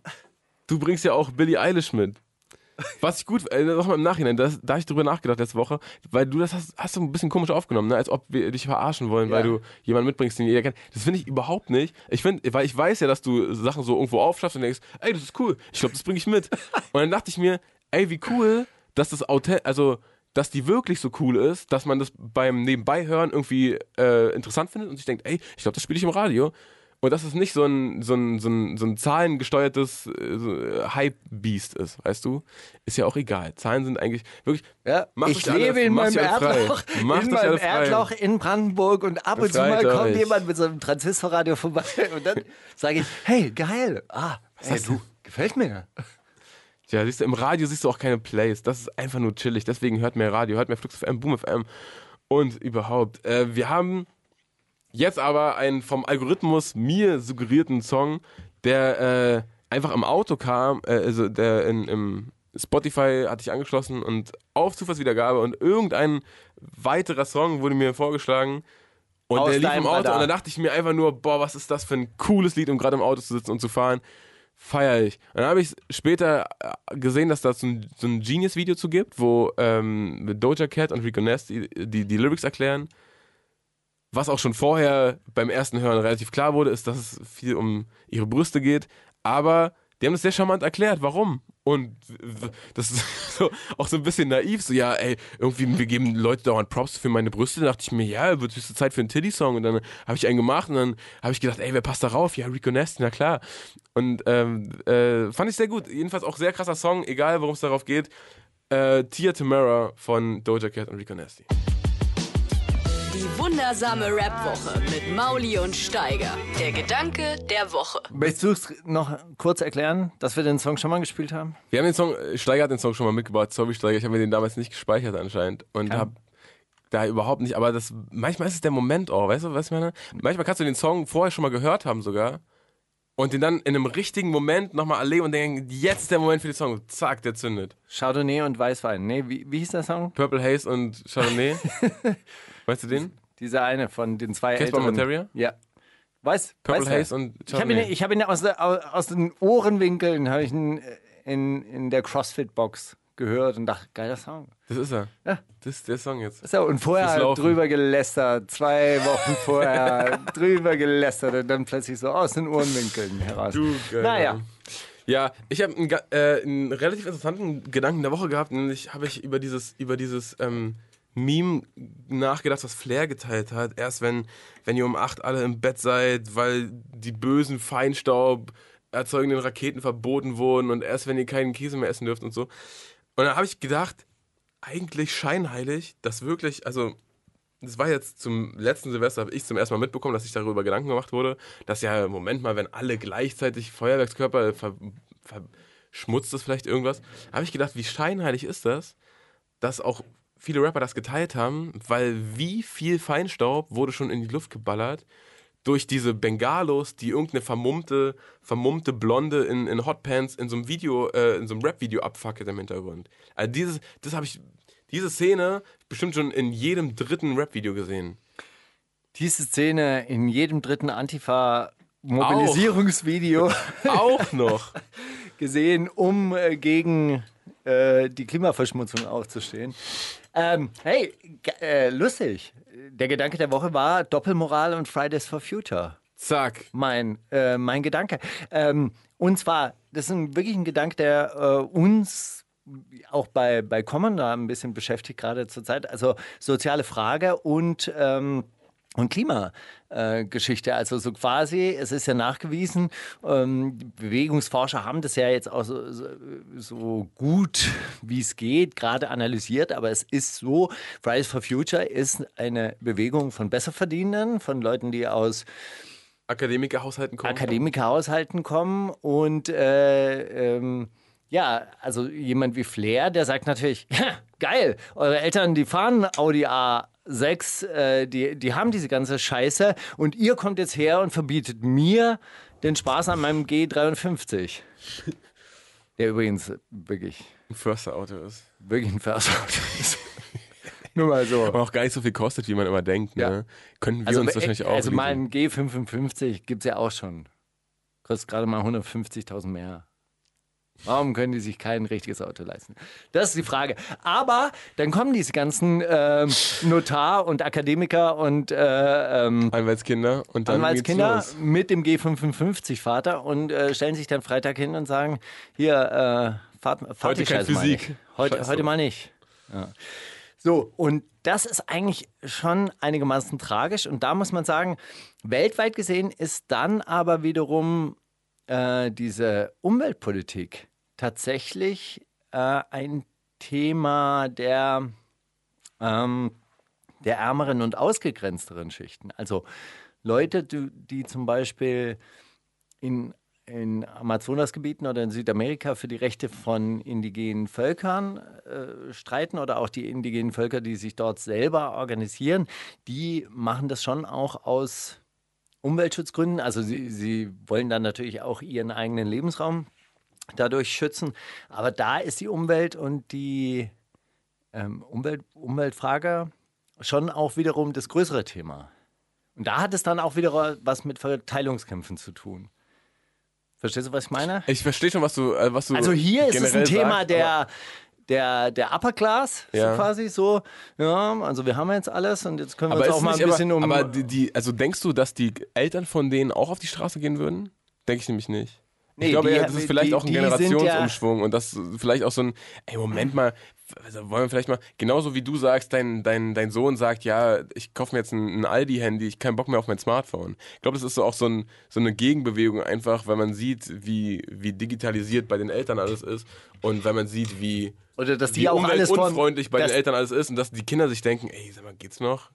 Du bringst ja auch Billie Eilish mit. Was ich gut, äh, nochmal im Nachhinein, das, da habe ich drüber nachgedacht letzte Woche, weil du das hast, hast du ein bisschen komisch aufgenommen, ne? Als ob wir dich verarschen wollen, Ja. weil du jemanden mitbringst, den jeder kennt. Das finde ich überhaupt nicht. Ich finde, weil ich weiß ja, dass du Sachen so irgendwo aufschaffst und denkst, ey, das ist cool, ich glaube, das bringe ich mit. Und dann dachte ich mir, ey, wie cool, dass das authent, also dass die wirklich so cool ist, dass man das beim Nebenbeihören irgendwie äh, interessant findet und sich denkt, ey, ich glaube, das spiele ich im Radio. Und dass es nicht so ein, so ein, so ein, so ein zahlengesteuertes äh, so, äh, Hype-Beast ist, weißt du? Ist ja auch egal. Zahlen sind eigentlich wirklich. Ja, Macht ich euch alle- lebe in macht meinem euch alle frei. Erdloch, Macht in euch meinem alle frei. Erdloch in Brandenburg, und ab und zu mal Befreit kommt euch. jemand mit so einem Transistorradio vorbei und dann sage ich, hey, geil, ah, ey, hast du, gefällt mir. Ja, siehst du, im Radio siehst du auch keine Plays. Das ist einfach nur chillig. Deswegen hört mehr Radio, hört mehr Flux F M, Boom F M und überhaupt. Äh, wir haben jetzt aber einen vom Algorithmus mir suggerierten Song, der äh, einfach im Auto kam, äh, also der in, im Spotify hatte ich angeschlossen und auf Zufallswiedergabe und irgendein weiterer Song wurde mir vorgeschlagen und Aus der lief deinem im Auto Radar. und da dachte ich mir einfach nur, boah, was ist das für ein cooles Lied, um gerade im Auto zu sitzen und zu fahren. Feier ich. Und dann habe ich später äh, gesehen, dass da so ein, so ein Genius-Video zu gibt, wo ähm, Doja Cat und Rico Nasty die, die Lyrics erklären. Was auch schon vorher beim ersten Hören relativ klar wurde, ist, dass es viel um ihre Brüste geht. Aber die haben das sehr charmant erklärt, warum. Und w- das ist so, auch so ein bisschen naiv. So, ja, ey, irgendwie, wir geben Leute dauernd Props für meine Brüste. Da dachte ich mir, ja, wird höchste Zeit für einen Tiddy-Song. Und dann habe ich einen gemacht und dann habe ich gedacht, ey, wer passt darauf? Ja, Rico Nasty, na klar. Und ähm, äh, fand ich sehr gut. Jedenfalls auch sehr krasser Song, egal worum es darauf geht. Äh, Tia Tamara von Doja Cat und Rico Nasty. Die wundersame Rap-Woche mit Mauli und Steiger. Der Gedanke der Woche. Möchtest du es noch kurz erklären, dass wir den Song schon mal gespielt haben? Wir haben den Song, Steiger hat den Song schon mal mitgebracht, sorry Steiger, ich habe mir den damals nicht gespeichert anscheinend und Kein- habe da überhaupt nicht, aber das, manchmal ist es der Moment auch, weißt du, was ich meine? Manchmal kannst du den Song vorher schon mal gehört haben sogar und den dann in einem richtigen Moment nochmal erleben und denken, jetzt ist der Moment für den Song, zack, der zündet. Chardonnay und Weißwein. Nee, wie, wie hieß der Song? Purple Haze und Chardonnay, weißt du den? Dieser eine von den zwei Casper älteren. Materia? Ja. Weiß, Purple weiß wer? Haze und Ich habe ihn, Chardonnay. ich hab ihn aus, der, aus den Ohrenwinkeln habe ich ihn in, in der CrossFit-Box gehört und dachte, geiler Song. Das ist er. Ja. Das ist der Song jetzt. So, und vorher Laufen. drüber gelästert, zwei Wochen vorher drüber gelästert und dann plötzlich so aus den Ohrenwinkeln heraus. Du, geil. Naja. Ja, ich habe einen, äh, einen relativ interessanten Gedanken der Woche gehabt, nämlich habe ich über dieses, über dieses ähm, Meme nachgedacht, was Flair geteilt hat. Erst wenn, wenn ihr um acht alle im Bett seid, weil die bösen Feinstaub erzeugenden Raketen verboten wurden und erst wenn ihr keinen Käse mehr essen dürft und so. Und dann habe ich gedacht, eigentlich scheinheilig, dass wirklich, also das war jetzt zum letzten Silvester, habe ich zum ersten Mal mitbekommen, dass sich darüber Gedanken gemacht wurde, dass ja, Moment mal, wenn alle gleichzeitig Feuerwerkskörper ver, verschmutzt ist vielleicht irgendwas, habe ich gedacht, wie scheinheilig ist das, dass auch viele Rapper das geteilt haben, weil wie viel Feinstaub wurde schon in die Luft geballert durch diese Bengalos, die irgendeine vermummte, vermummte Blonde in, in Hotpants in so einem Video, äh, in so einem Rap-Video abfackelt im Hintergrund. Also dieses, das habe ich, diese Szene bestimmt schon in jedem dritten Rap-Video gesehen. Diese Szene in jedem dritten Antifa-Mobilisierungsvideo auch, auch noch gesehen, um äh, gegen äh, die Klimaverschmutzung aufzustehen. Ähm, hey, äh, lustig. Der Gedanke der Woche war Doppelmoral und Fridays for Future. Zack. Mein, äh, mein Gedanke. Ähm, und zwar, das ist ein, wirklich ein Gedanke, der äh, uns auch bei, bei Common da ein bisschen beschäftigt, gerade zur Zeit. Also soziale Frage und, ähm, und Klimageschichte. Äh, also so quasi, es ist ja nachgewiesen, ähm, Bewegungsforscher haben das ja jetzt auch so, so, so gut wie es geht gerade analysiert, aber es ist so, Fridays for Future ist eine Bewegung von Besserverdienenden, von Leuten, die aus Akademikerhaushalten kommen. Akademikerhaushalten kommen und äh, ähm, ja, also jemand wie Flair, der sagt natürlich, ja, geil, eure Eltern, die fahren Audi A sechs, äh, die, die haben diese ganze Scheiße und ihr kommt jetzt her und verbietet mir den Spaß an meinem G dreiundfünfzig. Der übrigens wirklich ein Försterauto ist. Wirklich ein Försterauto ist. Nur mal so. Aber auch gar nicht so viel kostet, wie man immer denkt. Ne? Ja. Könnten wir also, uns wahrscheinlich auch Also liefern. mal ein G fünfundfünfzig gibt es ja auch schon. Kostet gerade mal hundertfünfzigtausend mehr. Warum können die sich kein richtiges Auto leisten? Das ist die Frage. Aber dann kommen diese ganzen ähm, Notar- und Akademiker und äh, ähm, Anwaltskinder und dann Anwaltskinder geht's los. mit dem G fünfundfünfzig-Vater und äh, stellen sich dann Freitag hin und sagen, hier, äh, fahrt, fahrt Heute die kein Scheiße mal Physik. nicht. Heute, Scheiße. heute mal nicht. Ja. So, und das ist eigentlich schon einigermaßen tragisch. Und da muss man sagen, weltweit gesehen ist dann aber wiederum äh, diese Umweltpolitik tatsächlich äh, ein Thema der, ähm, der ärmeren und ausgegrenzteren Schichten. Also Leute, die, die zum Beispiel in, in Amazonasgebieten oder in Südamerika für die Rechte von indigenen Völkern äh, streiten oder auch die indigenen Völker, die sich dort selber organisieren, die machen das schon auch aus Umweltschutzgründen. Also sie, sie wollen dann natürlich auch ihren eigenen Lebensraum dadurch schützen. Aber da ist die Umwelt und die ähm, Umwelt, Umweltfrage schon auch wiederum das größere Thema. Und da hat es dann auch wieder was mit Verteilungskämpfen zu tun. Verstehst du, was ich meine? Ich verstehe schon, was du, äh, was du Also hier ist es ein generell Thema sagst, der, der, der Upper Class, Ja. so quasi so. Ja, also wir haben jetzt alles und jetzt können wir aber uns ist auch mal ein nicht, bisschen aber, um... aber die, die, also denkst du, dass die Eltern von denen auch auf die Straße gehen würden? Denke ich nämlich nicht. Nee, ich glaube, die- eher, das ist vielleicht die- auch ein die sind ja- Generationsumschwung und das vielleicht auch so ein, ey, Moment mal, also wollen wir vielleicht mal, genauso wie du sagst, dein, dein, dein Sohn sagt, ja, ich kaufe mir jetzt ein, ein Aldi-Handy, ich keinen Bock mehr auf mein Smartphone. Ich glaube, das ist so auch so, ein, so eine Gegenbewegung einfach, weil man sieht, wie, wie digitalisiert bei den Eltern alles ist und weil man sieht, wie, Oder dass die wie auch alles von- umweltunfreundlich bei dass- den Eltern alles ist und dass die Kinder sich denken, ey, sag mal, geht's noch?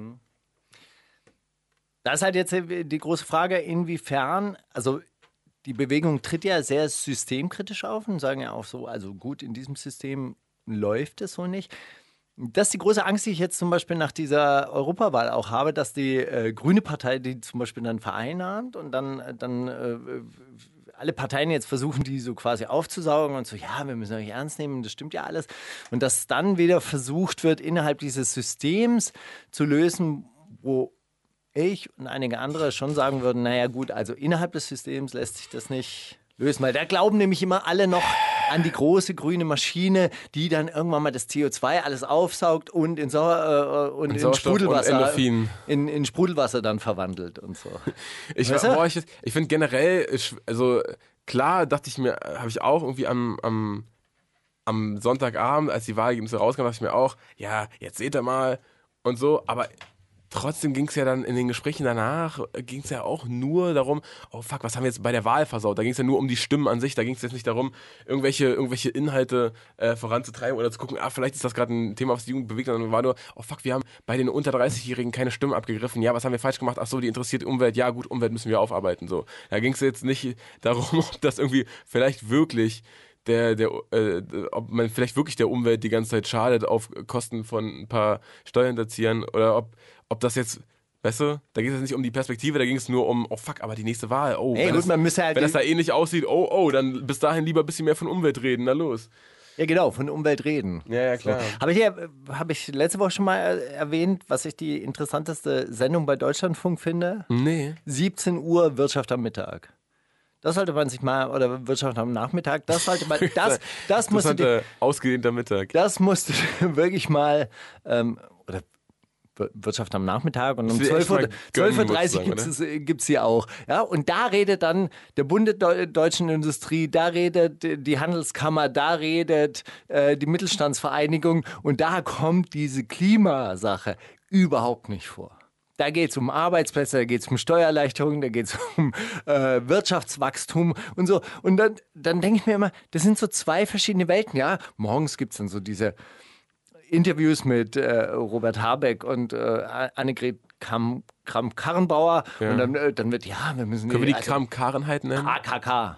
Das ist halt jetzt die große Frage, inwiefern, also die Bewegung tritt ja sehr systemkritisch auf und sagen ja auch so, also gut, in diesem System läuft es so nicht. Das ist die große Angst, die ich jetzt zum Beispiel nach dieser Europawahl auch habe, dass die äh, Grüne Partei die zum Beispiel dann vereinnahmt und dann, dann äh, alle Parteien jetzt versuchen, die so quasi aufzusaugen und so, ja, wir müssen euch ernst nehmen, das stimmt ja alles. Und dass dann wieder versucht wird, innerhalb dieses Systems zu lösen, wo ich und einige andere schon sagen würden, naja gut, also innerhalb des Systems lässt sich das nicht lösen, weil da glauben nämlich immer alle noch an die große grüne Maschine, die dann irgendwann mal das C O zwei alles aufsaugt und in, Sauer, äh, und in Sprudelwasser und in, in Sprudelwasser dann verwandelt und so. Ich, ich, ich finde generell, also klar dachte ich mir, habe ich auch irgendwie am, am, am Sonntagabend, als die Wahlergebnisse rauskamen, dachte ich mir auch, ja, jetzt seht ihr mal und so, aber trotzdem ging es ja dann in den Gesprächen danach, ging es ja auch nur darum, oh fuck, was haben wir jetzt bei der Wahl versaut? Da ging es ja nur um die Stimmen an sich, da ging es jetzt nicht darum, irgendwelche, irgendwelche Inhalte äh, voranzutreiben oder zu gucken, ah, vielleicht ist das gerade ein Thema, was die Jugend bewegt, sondern war nur, oh fuck, wir haben bei den unter dreißig-Jährigen keine Stimmen abgegriffen, ja, was haben wir falsch gemacht? Ach so, die interessiert Umwelt, ja gut, Umwelt müssen wir aufarbeiten, so. Da ging es jetzt nicht darum, ob das irgendwie vielleicht wirklich Der, der, äh, ob man vielleicht wirklich der Umwelt die ganze Zeit schadet auf Kosten von ein paar Steuerhinterziehern oder ob, ob das jetzt, weißt du, da ging es nicht um die Perspektive, da ging es nur um, oh fuck, aber die nächste Wahl, oh, Ey, wenn, gut, das, man müsste halt wenn das da ähnlich aussieht, oh, oh, dann bis dahin lieber ein bisschen mehr von Umwelt reden, na los. Ja, genau, von Umwelt reden. Ja, ja, klar. So. Habe ich, ja, hab ich letzte Woche schon mal erwähnt, was ich die interessanteste Sendung bei Deutschlandfunk finde? Nee. siebzehn Uhr Wirtschaft am Mittag. Das sollte man sich mal, oder Wirtschaft am Nachmittag, das sollte man, das, das musst du dir, ausgedehnter Mittag. Das musst du wirklich mal, ähm, oder Wirtschaft am Nachmittag und um zwölf Uhr dreißig gibt es gibt's hier auch. Ja, und da redet dann der Bund der Deutschen Industrie, da redet die Handelskammer, da redet äh, die Mittelstandsvereinigung und da kommt diese Klimasache überhaupt nicht vor. Da geht es um Arbeitsplätze, da geht es um Steuererleichterungen, da geht es um äh, Wirtschaftswachstum und so. Und dann, dann denke ich mir immer, das sind so zwei verschiedene Welten. Ja, morgens gibt es dann so diese Interviews mit äh, Robert Habeck und äh, Annegret Kramp-Karrenbauer. Ja. Und dann, äh, dann wird, ja, wir müssen... Können wir die also, Kramp-Karrenheit nennen? K K K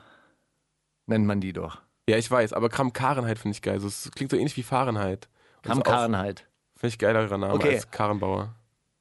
nennt man die doch. Ja, ich weiß, aber Kramp-Karrenheit finde ich geil. Also, es klingt so ähnlich wie Fahrenheit. Kramp-Karrenheit. Finde ich geilerer Name okay. als Karrenbauer.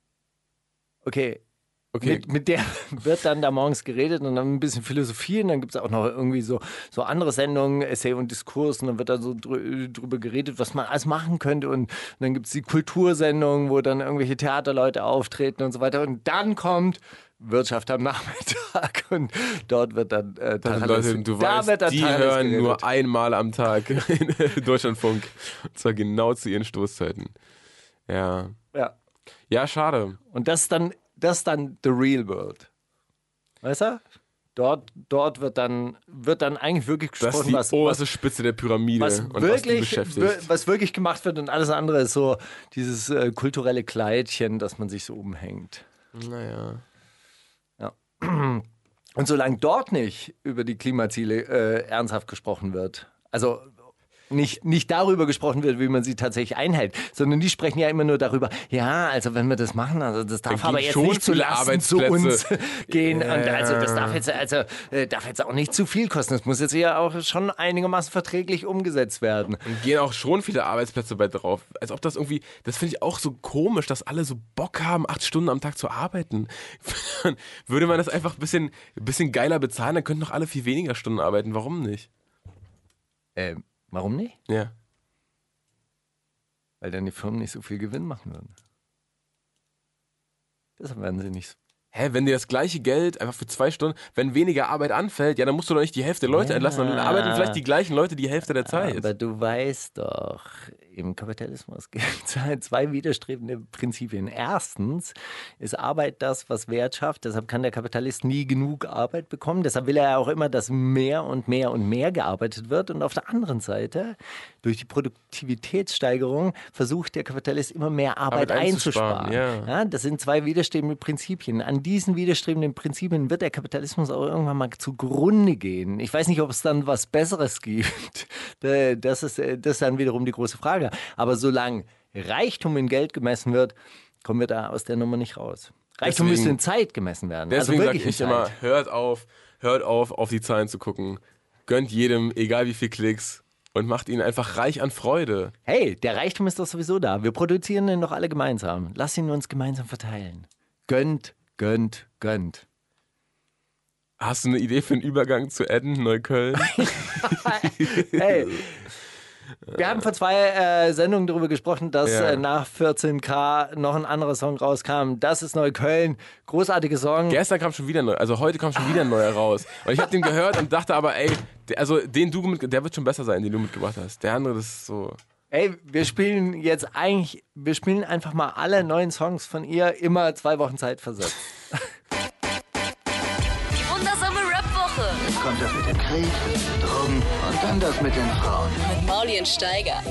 Okay. Okay. Mit, mit der wird dann da morgens geredet und dann ein bisschen philosophieren. Dann gibt es auch noch irgendwie so, so andere Sendungen, Essay und Diskurs. Und dann wird da so drü- drüber geredet, was man alles machen könnte. Und, und dann gibt es die Kultursendungen, wo dann irgendwelche Theaterleute auftreten und so weiter. Und dann kommt Wirtschaft am Nachmittag. Und dort wird dann äh, das sind Leute, du da weißt, die hören geredet. Nur einmal am Tag in Deutschlandfunk. Und zwar genau zu ihren Stoßzeiten. Ja. Ja. Ja, schade. Und das ist dann, das ist dann the real world. Weißt du? Dort, dort wird, dann, wird dann eigentlich wirklich gesprochen, das ist die was, oberste Spitze der Pyramide was, und wirklich, was die beschäftigt. Was wirklich gemacht wird und alles andere ist so dieses äh, kulturelle Kleidchen, das man sich so umhängt. Naja. Ja. Und solange dort nicht über die Klimaziele äh, ernsthaft gesprochen wird, also Nicht, nicht darüber gesprochen wird, wie man sie tatsächlich einhält, sondern die sprechen ja immer nur darüber, ja, also wenn wir das machen, also das darf aber jetzt nicht zu Lasten zu uns gehen ja. und also das darf jetzt, also, äh, darf jetzt auch nicht zu viel kosten, das muss jetzt ja auch schon einigermaßen verträglich umgesetzt werden. Und gehen auch schon viele Arbeitsplätze bei drauf, als ob das irgendwie, das finde ich auch so komisch, dass alle so Bock haben, acht Stunden am Tag zu arbeiten. Würde man das einfach ein bisschen, ein bisschen geiler bezahlen, dann könnten doch alle viel weniger Stunden arbeiten, warum nicht? Ähm. Warum nicht? Ja. Weil dann die Firmen nicht so viel Gewinn machen würden. Deshalb werden sie nicht so. Hä, wenn dir das gleiche Geld einfach für zwei Stunden, wenn weniger Arbeit anfällt, ja, dann musst du doch nicht die Hälfte der Leute ja. entlassen, dann arbeiten vielleicht die gleichen Leute die Hälfte der Zeit. Aber du weißt doch, im Kapitalismus gibt es halt zwei widerstrebende Prinzipien. Erstens ist Arbeit das, was Wert schafft. Deshalb kann der Kapitalist nie genug Arbeit bekommen. Deshalb will er auch immer, dass mehr und mehr und mehr gearbeitet wird. Und auf der anderen Seite, durch die Produktivitätssteigerung, versucht der Kapitalist immer mehr Arbeit, Arbeit einzusparen. Ja. Ja, das sind zwei widerstrebende Prinzipien. An diesen widerstrebenden Prinzipien wird der Kapitalismus auch irgendwann mal zugrunde gehen. Ich weiß nicht, ob es dann was Besseres gibt. Das ist, das ist dann wiederum die große Frage. Aber solange Reichtum in Geld gemessen wird, kommen wir da aus der Nummer nicht raus. Reichtum deswegen, müsste in Zeit gemessen werden. Deswegen also sage ich immer, hört auf, hört auf, auf die Zahlen zu gucken. Gönnt jedem, egal wie viel Klicks, und macht ihn einfach reich an Freude. Hey, der Reichtum ist doch sowieso da. Wir produzieren ihn doch alle gemeinsam. Lass ihn uns gemeinsam verteilen. Gönnt, gönnt, gönnt. Hast du eine Idee für einen Übergang zu Edden, Neukölln? Hey. Wir haben vor zwei äh, Sendungen darüber gesprochen, dass Ja. äh, nach vierzehn K noch ein anderer Song rauskam. Das ist Neukölln. Großartiger Song. Gestern kam schon wieder ein neuer, also heute kam schon wieder ein neuer raus. Und ich habe den gehört und dachte aber, ey, der, also den du mit, der wird schon besser sein, den du mitgebracht hast. Der andere, das ist so... Ey, wir spielen jetzt eigentlich, wir spielen einfach mal alle neuen Songs von ihr, immer zwei Wochen Zeit versetzt. Die wundersame Rap-Woche Jetzt kommt das mit dem Krieg, Drogen und dann das mit den Frauen. mit Mauli und Steiger.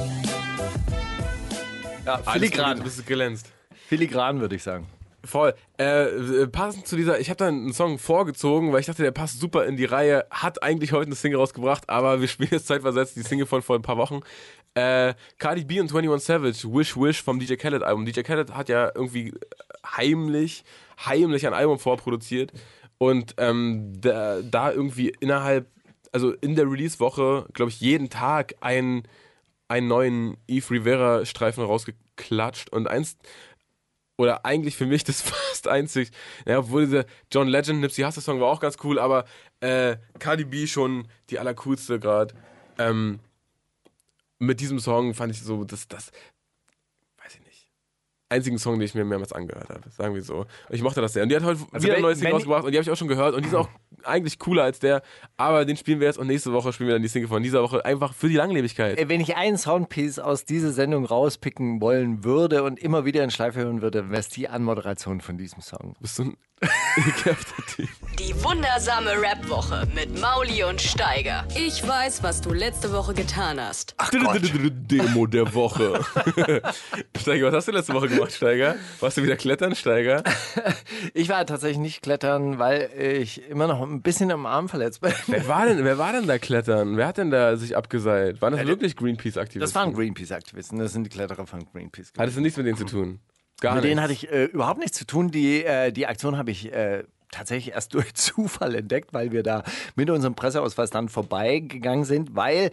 Ja, Alles filigran. Du bist glänzt. Filigran, würde ich sagen. Voll. Äh, passend zu dieser, ich habe da einen Song vorgezogen, weil ich dachte, der passt super in die Reihe. Hat eigentlich heute eine Single rausgebracht, aber wir spielen jetzt zeitversetzt die Single von vor ein paar Wochen. Äh, Cardi B und einundzwanzig Savage, Wish Wish vom D J Khaled Album. D J Khaled hat ja irgendwie heimlich, heimlich ein Album vorproduziert und ähm, da, da irgendwie innerhalb, also in der Release-Woche, glaube ich, jeden Tag einen, einen neuen Eve Rivera-Streifen rausgeklatscht und eins, oder eigentlich für mich das fast einzig, ja, obwohl dieser John Legend, Nipsey Hussle Song war auch ganz cool, aber äh, Cardi B schon die allercoolste gerade. Ähm, mit diesem Song fand ich so, das, das, weiß ich nicht, einzigen Song, den ich mir mehrmals angehört habe, sagen wir so. Und ich mochte das sehr. Und die hat heute Also wieder wenn- ein neues Ding wenn- rausgebracht und die habe ich auch schon gehört und die ist auch eigentlich cooler als der, aber den spielen wir jetzt und nächste Woche spielen wir dann die Single von dieser Woche einfach für die Langlebigkeit. Ey, wenn ich einen Soundpiece aus dieser Sendung rauspicken wollen würde und immer wieder in Schleife hören würde, wäre es die Anmoderation von diesem Song. Bist du ein ekelhafter Typ. Die wundersame Rap-Woche mit Mauli und Steiger. Ich weiß, was du letzte Woche getan hast. Ach Gott. Demo der Woche. Steiger, was hast du letzte Woche gemacht, Steiger? Warst du wieder klettern, Steiger? Ich war tatsächlich nicht klettern, weil ich immer noch ein bisschen am Arm verletzt bin. Wer war denn, wer war denn da klettern? Wer hat denn da sich abgeseilt? Waren das wirklich Greenpeace-Aktivisten? Das waren Greenpeace-Aktivisten, das sind die Kletterer von Greenpeace. Hat es nichts mit denen zu tun? Gar Mit nicht. denen hatte ich äh, überhaupt nichts zu tun. Die, äh, die Aktion habe ich äh, tatsächlich erst durch Zufall entdeckt, weil wir da mit unserem Presseausweis dann vorbeigegangen sind, weil...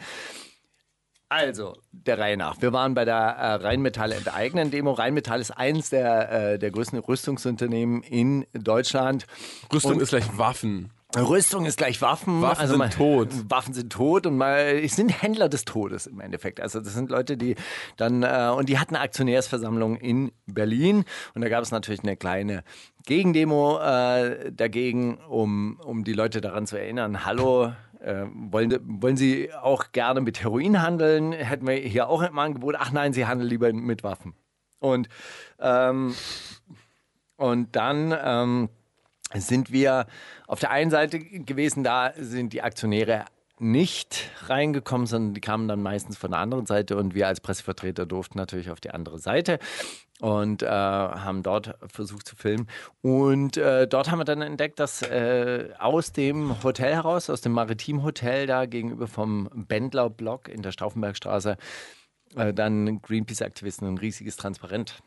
Also, der Reihe nach. Wir waren bei der äh, Rheinmetall enteignen Demo. Rheinmetall ist eins der, äh, der größten Rüstungsunternehmen in Deutschland. Rüstung Und ist gleich Waffen. Rüstung ist gleich Waffen. Waffen sind mal, tot. Waffen sind tot und mal, es sind Händler des Todes im Endeffekt. Also das sind Leute, die dann, äh, und die hatten eine Aktionärsversammlung in Berlin und da gab es natürlich eine kleine Gegendemo äh, dagegen, um, um die Leute daran zu erinnern, hallo, äh, wollen, wollen Sie auch gerne mit Heroin handeln? Hätten wir hier auch im Angebot. Ach nein, Sie handeln lieber mit Waffen. Und, ähm, und dann... Ähm, sind wir auf der einen Seite gewesen, da sind die Aktionäre nicht reingekommen, sondern die kamen dann meistens von der anderen Seite und wir als Pressevertreter durften natürlich auf die andere Seite und äh, haben dort versucht zu filmen. Und äh, dort haben wir dann entdeckt, dass äh, aus dem Hotel heraus, aus dem Maritim Hotel da gegenüber vom Bendler Block in der Stauffenbergstraße, äh, dann Greenpeace-Aktivisten ein riesiges Transparent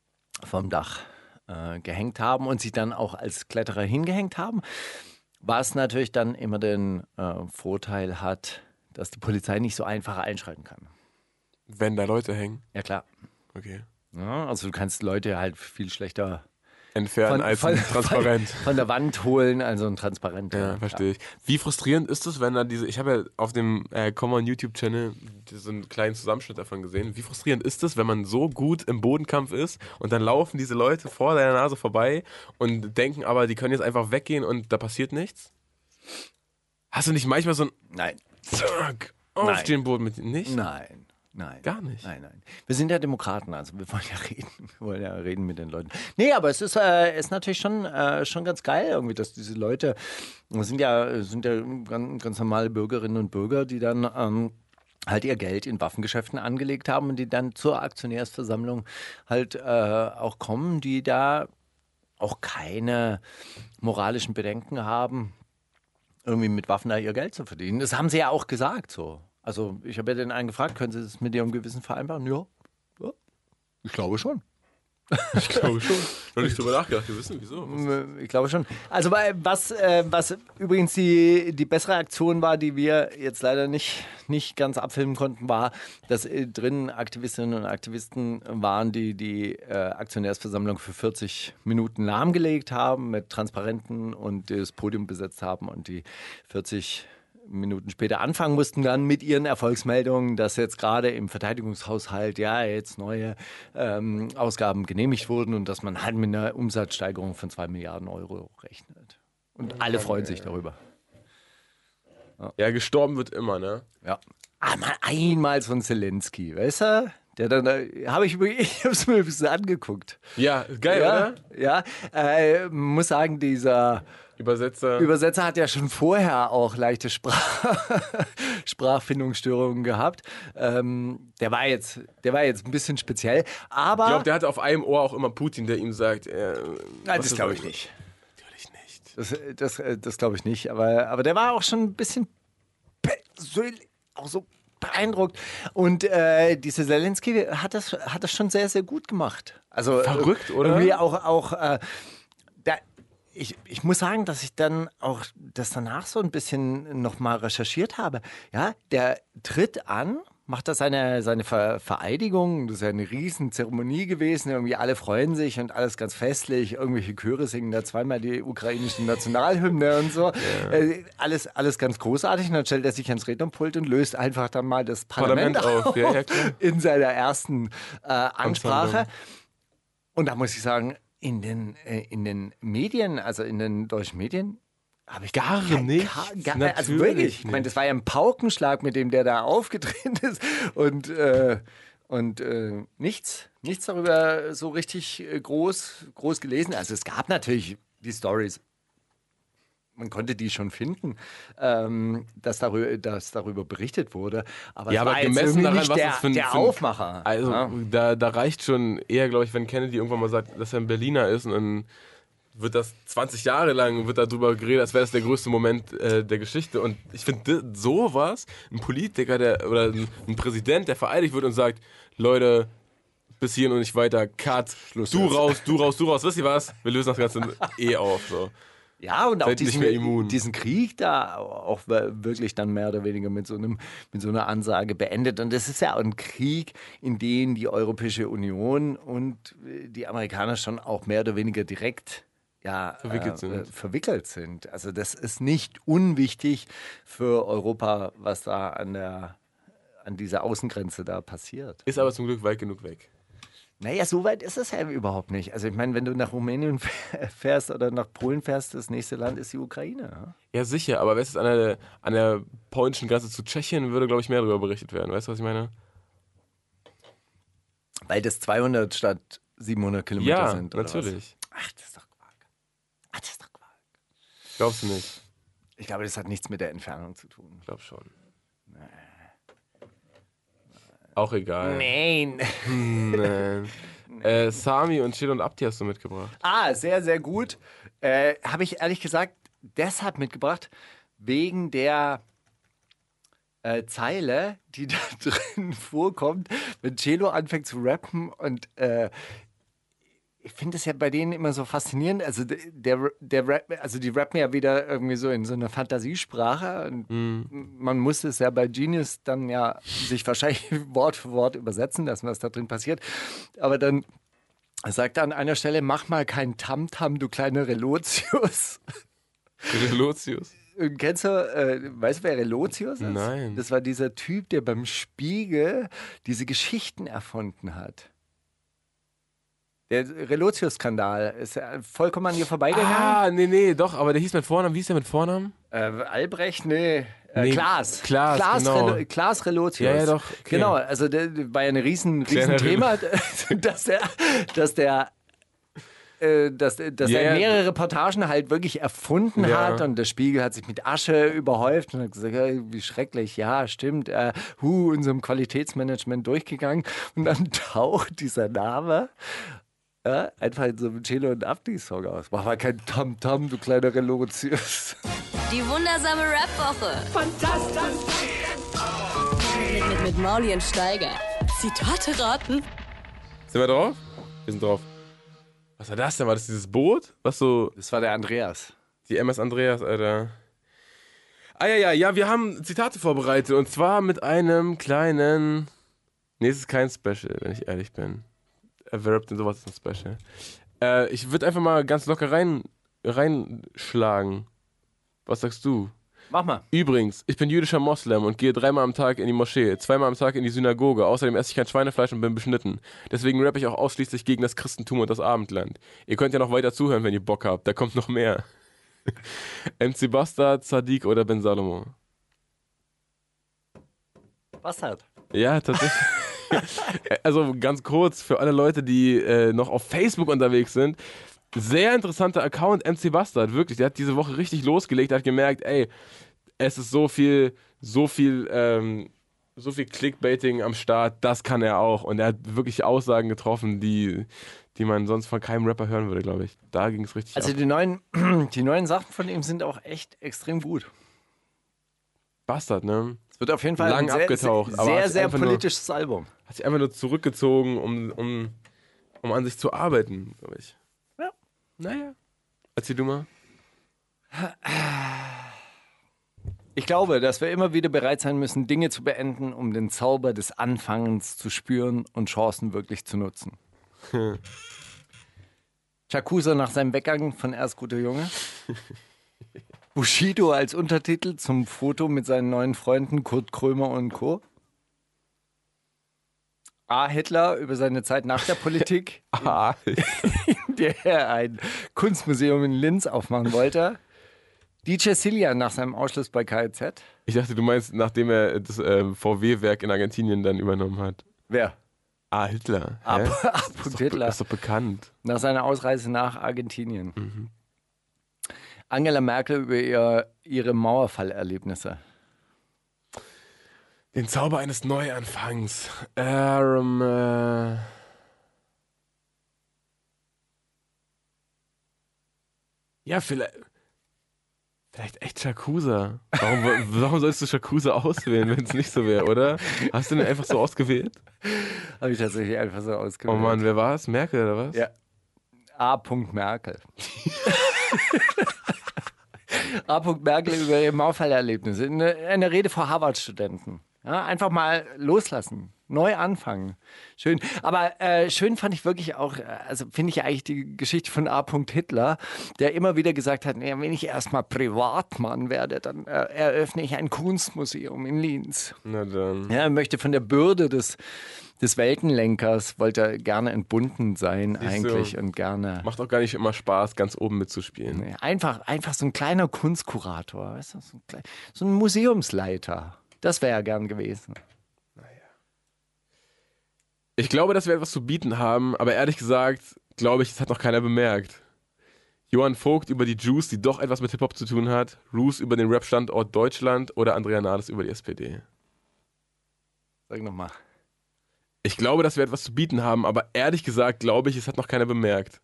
vom Dach äh, gehängt haben und sich dann auch als Kletterer hingehängt haben. Was natürlich dann immer den äh, Vorteil hat, dass die Polizei nicht so einfach einschreiten kann. Wenn da Leute hängen. Ja, klar. Okay. Ja, also du kannst Leute halt viel schlechter Entfernen als ein Transparent. Von, von der Wand holen, also ein Transparent. Ja, verstehe ich. Wie frustrierend ist es, wenn da diese, ich habe ja auf dem äh, Common YouTube-Channel so einen kleinen Zusammenschnitt davon gesehen, wie frustrierend ist es, wenn man so gut im Bodenkampf ist und dann laufen diese Leute vor deiner Nase vorbei und denken aber, die können jetzt einfach weggehen und da passiert nichts? Hast du nicht manchmal so ein Nein. Zack, auf Nein. den Boden mit nicht? Nein. Nein. Gar nicht? Nein, nein. Wir sind ja Demokraten, also wir wollen ja reden. Wir wollen ja reden mit den Leuten. Nee, aber es ist, äh, ist natürlich schon, äh, schon ganz geil, irgendwie, dass diese Leute, das sind ja, sind ja ganz, ganz normale Bürgerinnen und Bürger, die dann ähm, halt ihr Geld in Waffengeschäften angelegt haben und die dann zur Aktionärsversammlung halt äh, auch kommen, die da auch keine moralischen Bedenken haben, irgendwie mit Waffen da ihr Geld zu verdienen. Das haben sie ja auch gesagt so. Also ich habe ja den einen gefragt, können Sie das mit Ihrem Gewissen vereinbaren? Ja, ja. Ich glaube schon. Ich glaube schon. Noch nicht drüber nachgedacht, wir wissen wieso. Ich glaube schon. Also was, äh, was übrigens die, die bessere Aktion war, die wir jetzt leider nicht, nicht ganz abfilmen konnten, war, dass äh, drinnen Aktivistinnen und Aktivisten waren, die die äh, Aktionärsversammlung für vierzig Minuten lahmgelegt haben mit Transparenten und das Podium besetzt haben und die vierzig Minuten später anfangen mussten dann mit ihren Erfolgsmeldungen, dass jetzt gerade im Verteidigungshaushalt ja jetzt neue ähm, Ausgaben genehmigt wurden und dass man halt mit einer Umsatzsteigerung von zwei Milliarden Euro rechnet. Und alle freuen sich darüber. Ja, ja gestorben wird immer, ne? Ja. Einmal, einmal so ein Zelensky, weißt du? Der dann, habe ich, ich habe es mir ein bisschen angeguckt. Ja, geil, ja, oder? Ja, äh, muss sagen, dieser Übersetzer. Übersetzer hat ja schon vorher auch leichte Sprach Sprachfindungsstörungen gehabt. Ähm, der war jetzt, der war jetzt ein bisschen speziell, aber Ich glaube, der hatte auf einem Ohr auch immer Putin, der ihm sagt. Äh, Nein, das glaube ich nicht. Natürlich nicht. Das, das, das glaube ich nicht. Aber, aber der war auch schon ein bisschen persönlich, auch so beeindruckt. Und äh, diese Zelensky hat das, hat das schon sehr, sehr gut gemacht. Also verrückt, äh, oder? Irgendwie auch, auch äh, da, ich, ich muss sagen, dass ich dann auch das danach so ein bisschen nochmal recherchiert habe. Ja, der tritt an, macht da seine, seine Ver Vereidigung. Das ist ja eine riesen Zeremonie gewesen. Irgendwie alle freuen sich und alles ganz festlich. Irgendwelche Chöre singen da zweimal die ukrainische Nationalhymne und so. Ja. Äh, alles, alles ganz großartig. Und dann stellt er sich ans Rednerpult und löst einfach dann mal das Parlament, Parlament auf, auf ja, ja, in seiner ersten äh, Ansprache. Und da muss ich sagen, in den, äh, in den Medien, also in den deutschen Medien, habe ich gar nicht. Gar, gar, also wirklich, ich meine, das war ja ein Paukenschlag, mit dem der da aufgetreten ist und, äh, und äh, nichts, nichts darüber so richtig groß, groß gelesen. Also es gab natürlich die Stories, man konnte die schon finden, ähm, dass, darüber, dass darüber berichtet wurde. Aber ja, es aber war gemessen jetzt daran, nicht was der, das für ein, der für ein, Aufmacher. Also ja. da, da reicht schon eher, glaube ich, wenn Kennedy irgendwann mal sagt, dass er ein Berliner ist und dann wird das zwanzig Jahre lang wird darüber geredet, als wäre das der größte Moment äh, der Geschichte. Und ich finde, sowas, ein Politiker der, oder ein, ein Präsident, der vereidigt wird und sagt, Leute, bis hierhin und nicht weiter, Cut, Schluss du jetzt. raus, du raus, du raus, wisst ihr was? Wir lösen das Ganze eh auf. So. Ja, und auch Seid diesen, nicht mehr immun. diesen Krieg da auch wirklich dann mehr oder weniger mit so, einem, mit so einer Ansage beendet. Und das ist ja ein Krieg, in den die Europäische Union und die Amerikaner schon auch mehr oder weniger direkt ja, verwickelt, äh, sind. verwickelt sind. Also das ist nicht unwichtig für Europa, was da an, der, an dieser Außengrenze da passiert. Ist aber zum Glück weit genug weg. Naja, so weit ist es ja überhaupt nicht. Also ich meine, wenn du nach Rumänien fährst oder nach Polen fährst, das nächste Land ist die Ukraine. Ja, ja sicher, aber wärst es an der, an der polnischen Grenze zu Tschechien, würde, glaube ich, mehr darüber berichtet werden. Weißt du, was ich meine? Weil das zweihundert statt siebenhundert Kilometer ja, sind. Ja, natürlich. Was? Ach, das ist doch Quark. Ach, das ist doch Quark. Glaubst du nicht? Ich glaube, das hat nichts mit der Entfernung zu tun. Ich glaube schon. Nee. Auch egal. Nein. Nein. Äh, Sami und Chill und Abdi hast du mitgebracht. Ah, sehr, sehr gut. Äh, Habe ich ehrlich gesagt deshalb mitgebracht, wegen der äh, Zeile, die da drin vorkommt, wenn Cello anfängt zu rappen und äh, ich finde es ja bei denen immer so faszinierend. Also der, der Rap, also die rappen ja wieder irgendwie so in so einer Fantasiesprache. Und mm. man muss es ja bei Genius dann ja sich wahrscheinlich Wort für Wort übersetzen lassen, was da drin passiert. Aber dann sagt er an einer Stelle, mach mal kein Tamtam, du kleiner Relotius. Relotius? Kennst du, äh, weißt du, wer Relotius ist? Nein. Das war dieser Typ, der beim Spiegel diese Geschichten erfunden hat. Der Relotius-Skandal ist ja vollkommen an dir vorbeigegangen. Ah, nee, nee, doch, aber der hieß mit Vornamen. Wie hieß der mit Vornamen? Äh, Albrecht, nee. Äh, nee Klaas. Klaas, Klaas, genau. Relo Klaas Relotius. Ja, ja, doch. Okay. Genau, also der war ja ein riesen, riesen Thema, dass der, dass der äh, dass, dass yeah. er mehrere Reportagen halt wirklich erfunden ja. hat und der Spiegel hat sich mit Asche überhäuft und hat gesagt, hey, wie schrecklich, ja, stimmt, äh, hu, unserem Qualitätsmanagement durchgegangen und dann taucht dieser Name ja, einfach in so einem Cello und Abdi-Song aus. Mach mal kein Tam-Tam, du kleiner Relotius. Die wundersame Rap-Woche. Fantastisch. Mit, mit, mit Mauli und Steiger. Zitate raten. Sind wir drauf? Wir sind drauf. Was war das denn? War das dieses Boot? Was so... Das war der Andreas. Die M S Andreas, Alter. Ah ja, ja, ja, wir haben Zitate vorbereitet und zwar mit einem kleinen... Nee, es ist kein Special, wenn ich ehrlich bin. Verb und sowas ist ein Special. Äh, ich würde einfach mal ganz locker rein, reinschlagen. Was sagst du? Mach mal. Übrigens, ich bin jüdischer Moslem und gehe dreimal am Tag in die Moschee, zweimal am Tag in die Synagoge. Außerdem esse ich kein Schweinefleisch und bin beschnitten. Deswegen rappe ich auch ausschließlich gegen das Christentum und das Abendland. Ihr könnt ja noch weiter zuhören, wenn ihr Bock habt. Da kommt noch mehr. M C Bastard, Sadiq oder Ben Salomo? Bastard. Ja, tatsächlich. Also ganz kurz, für alle Leute, die äh, noch auf Facebook unterwegs sind. Sehr interessanter Account, M C Bastard, wirklich. Der hat diese Woche richtig losgelegt, hat gemerkt, ey, es ist so viel, so viel, ähm, so viel Clickbaiting am Start, das kann er auch. Und er hat wirklich Aussagen getroffen, die, die man sonst von keinem Rapper hören würde, glaube ich. Da ging es richtig Also ab. die neuen, die neuen Sachen von ihm sind auch echt extrem gut. Bastard, ne? Es wird auf jeden Fall Lang ein sehr, abgetaucht, sehr, aber hat sehr, sich sehr einfach nur- politisches Album. Hat sich einfach nur zurückgezogen, um, um, um an sich zu arbeiten, glaube ich. Ja. Naja. Erzähl du mal. Ich glaube, dass wir immer wieder bereit sein müssen, Dinge zu beenden, um den Zauber des Anfangens zu spüren und Chancen wirklich zu nutzen. Yakuza nach seinem Weggang von Erst guter Junge. Bushido als Untertitel zum Foto mit seinen neuen Freunden Kurt Krömer und Co. A. Hitler über seine Zeit nach der Politik, Ah, in der er ein Kunstmuseum in Linz aufmachen wollte. D J Cillian nach seinem Ausschluss bei K I Z. ich dachte, du meinst, nachdem er das ähm, V W-Werk in Argentinien dann übernommen hat. Wer? Ah, Hitler. A. Hä? A. Das ist doch, Hitler. das ist doch bekannt. Nach seiner Ausreise nach Argentinien. Mhm. Angela Merkel über ihr, ihre Mauerfallerlebnisse. Den Zauber eines Neuanfangs. Ähm, äh ja, vielleicht, vielleicht echt Yakuza. Warum, warum sollst du Yakuza auswählen, wenn es nicht so wäre, oder? Hast du den einfach so ausgewählt? Habe ich tatsächlich einfach so ausgewählt. Oh Mann, wer war es? Merkel oder was? Ja. A. Merkel. A. Merkel über ihre Mauerfallerlebnisse. Eine, eine Rede vor Harvard-Studenten. Ja, einfach mal loslassen, neu anfangen. Schön. Aber äh, schön fand ich wirklich auch, also finde ich eigentlich die Geschichte von A. Hitler, der immer wieder gesagt hat, ja, wenn ich erstmal Privatmann werde, dann äh, eröffne ich ein Kunstmuseum in Linz. Na dann. Ja, er möchte von der Bürde des, des Weltenlenkers, wollte er gerne entbunden sein Siehst eigentlich du, und gerne. Macht auch gar nicht immer Spaß, ganz oben mitzuspielen. Nee, Einfach, einfach so ein kleiner Kunstkurator, weißt du, so, ein klein, so ein Museumsleiter. Das wäre ja gern gewesen. Ich glaube, dass wir etwas zu bieten haben, aber ehrlich gesagt, glaube ich, das hat noch keiner bemerkt. Johann Vogt über die Juice, die doch etwas mit Hip-Hop zu tun hat, Roos über den Rap-Standort Deutschland oder Andrea Nahles über die S P D. Sag nochmal. Ich glaube, dass wir etwas zu bieten haben, aber ehrlich gesagt, glaube ich, es hat noch keiner bemerkt.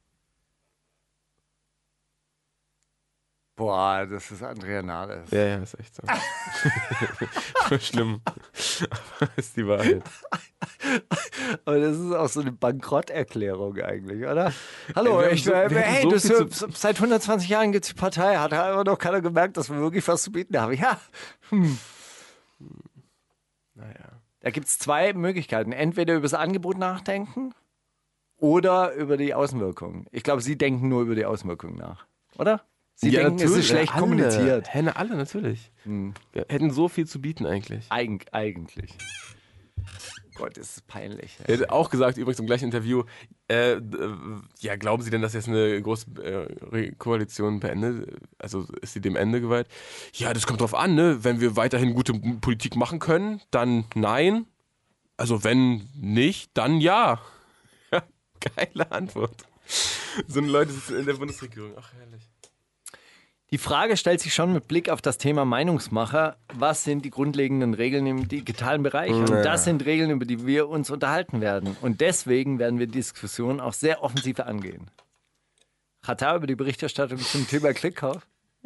Boah, das ist Andrea Nahles. Ja, ja, ist echt so. Voll schlimm. Aber ist die Wahrheit. Aber das ist auch so eine Bankrotterklärung eigentlich, oder? Hallo, Ey, wir haben ich, so- äh, wir haben hey, so das, viel äh, seit hundertzwanzig Jahren gibt es die Partei, hat einfach noch keiner gemerkt, dass wir wirklich was zu bieten haben. Ja, Naja. da gibt es zwei Möglichkeiten. Entweder über das Angebot nachdenken oder über die Außenwirkungen. Ich glaube, Sie denken nur über die Außenwirkungen nach, oder? Sie Ja, denken, es natürlich, ist schlecht alle. kommuniziert. Hä, na, alle, natürlich. Hm. Wir hätten so viel zu bieten eigentlich. Eig eigentlich. Gott, ist es peinlich. Er hat auch gesagt, übrigens im gleichen Interview, äh, d- äh, ja, glauben Sie denn, dass jetzt eine große äh, Re- Koalition beendet? Also ist sie dem Ende geweiht? Ja, das kommt drauf an, ne? Wenn wir weiterhin gute M- Politik machen können, dann nein. Also wenn nicht, dann ja. Geile Antwort. So eine Leute sitzen in der Bundesregierung. Ach, herrlich. Die Frage stellt sich schon mit Blick auf das Thema Meinungsmacher, was sind die grundlegenden Regeln im digitalen Bereich? Und Ja. das sind Regeln, über die wir uns unterhalten werden. Und deswegen werden wir die Diskussion auch sehr offensiv angehen. Katar über die Berichterstattung zum Thema Klickkauf.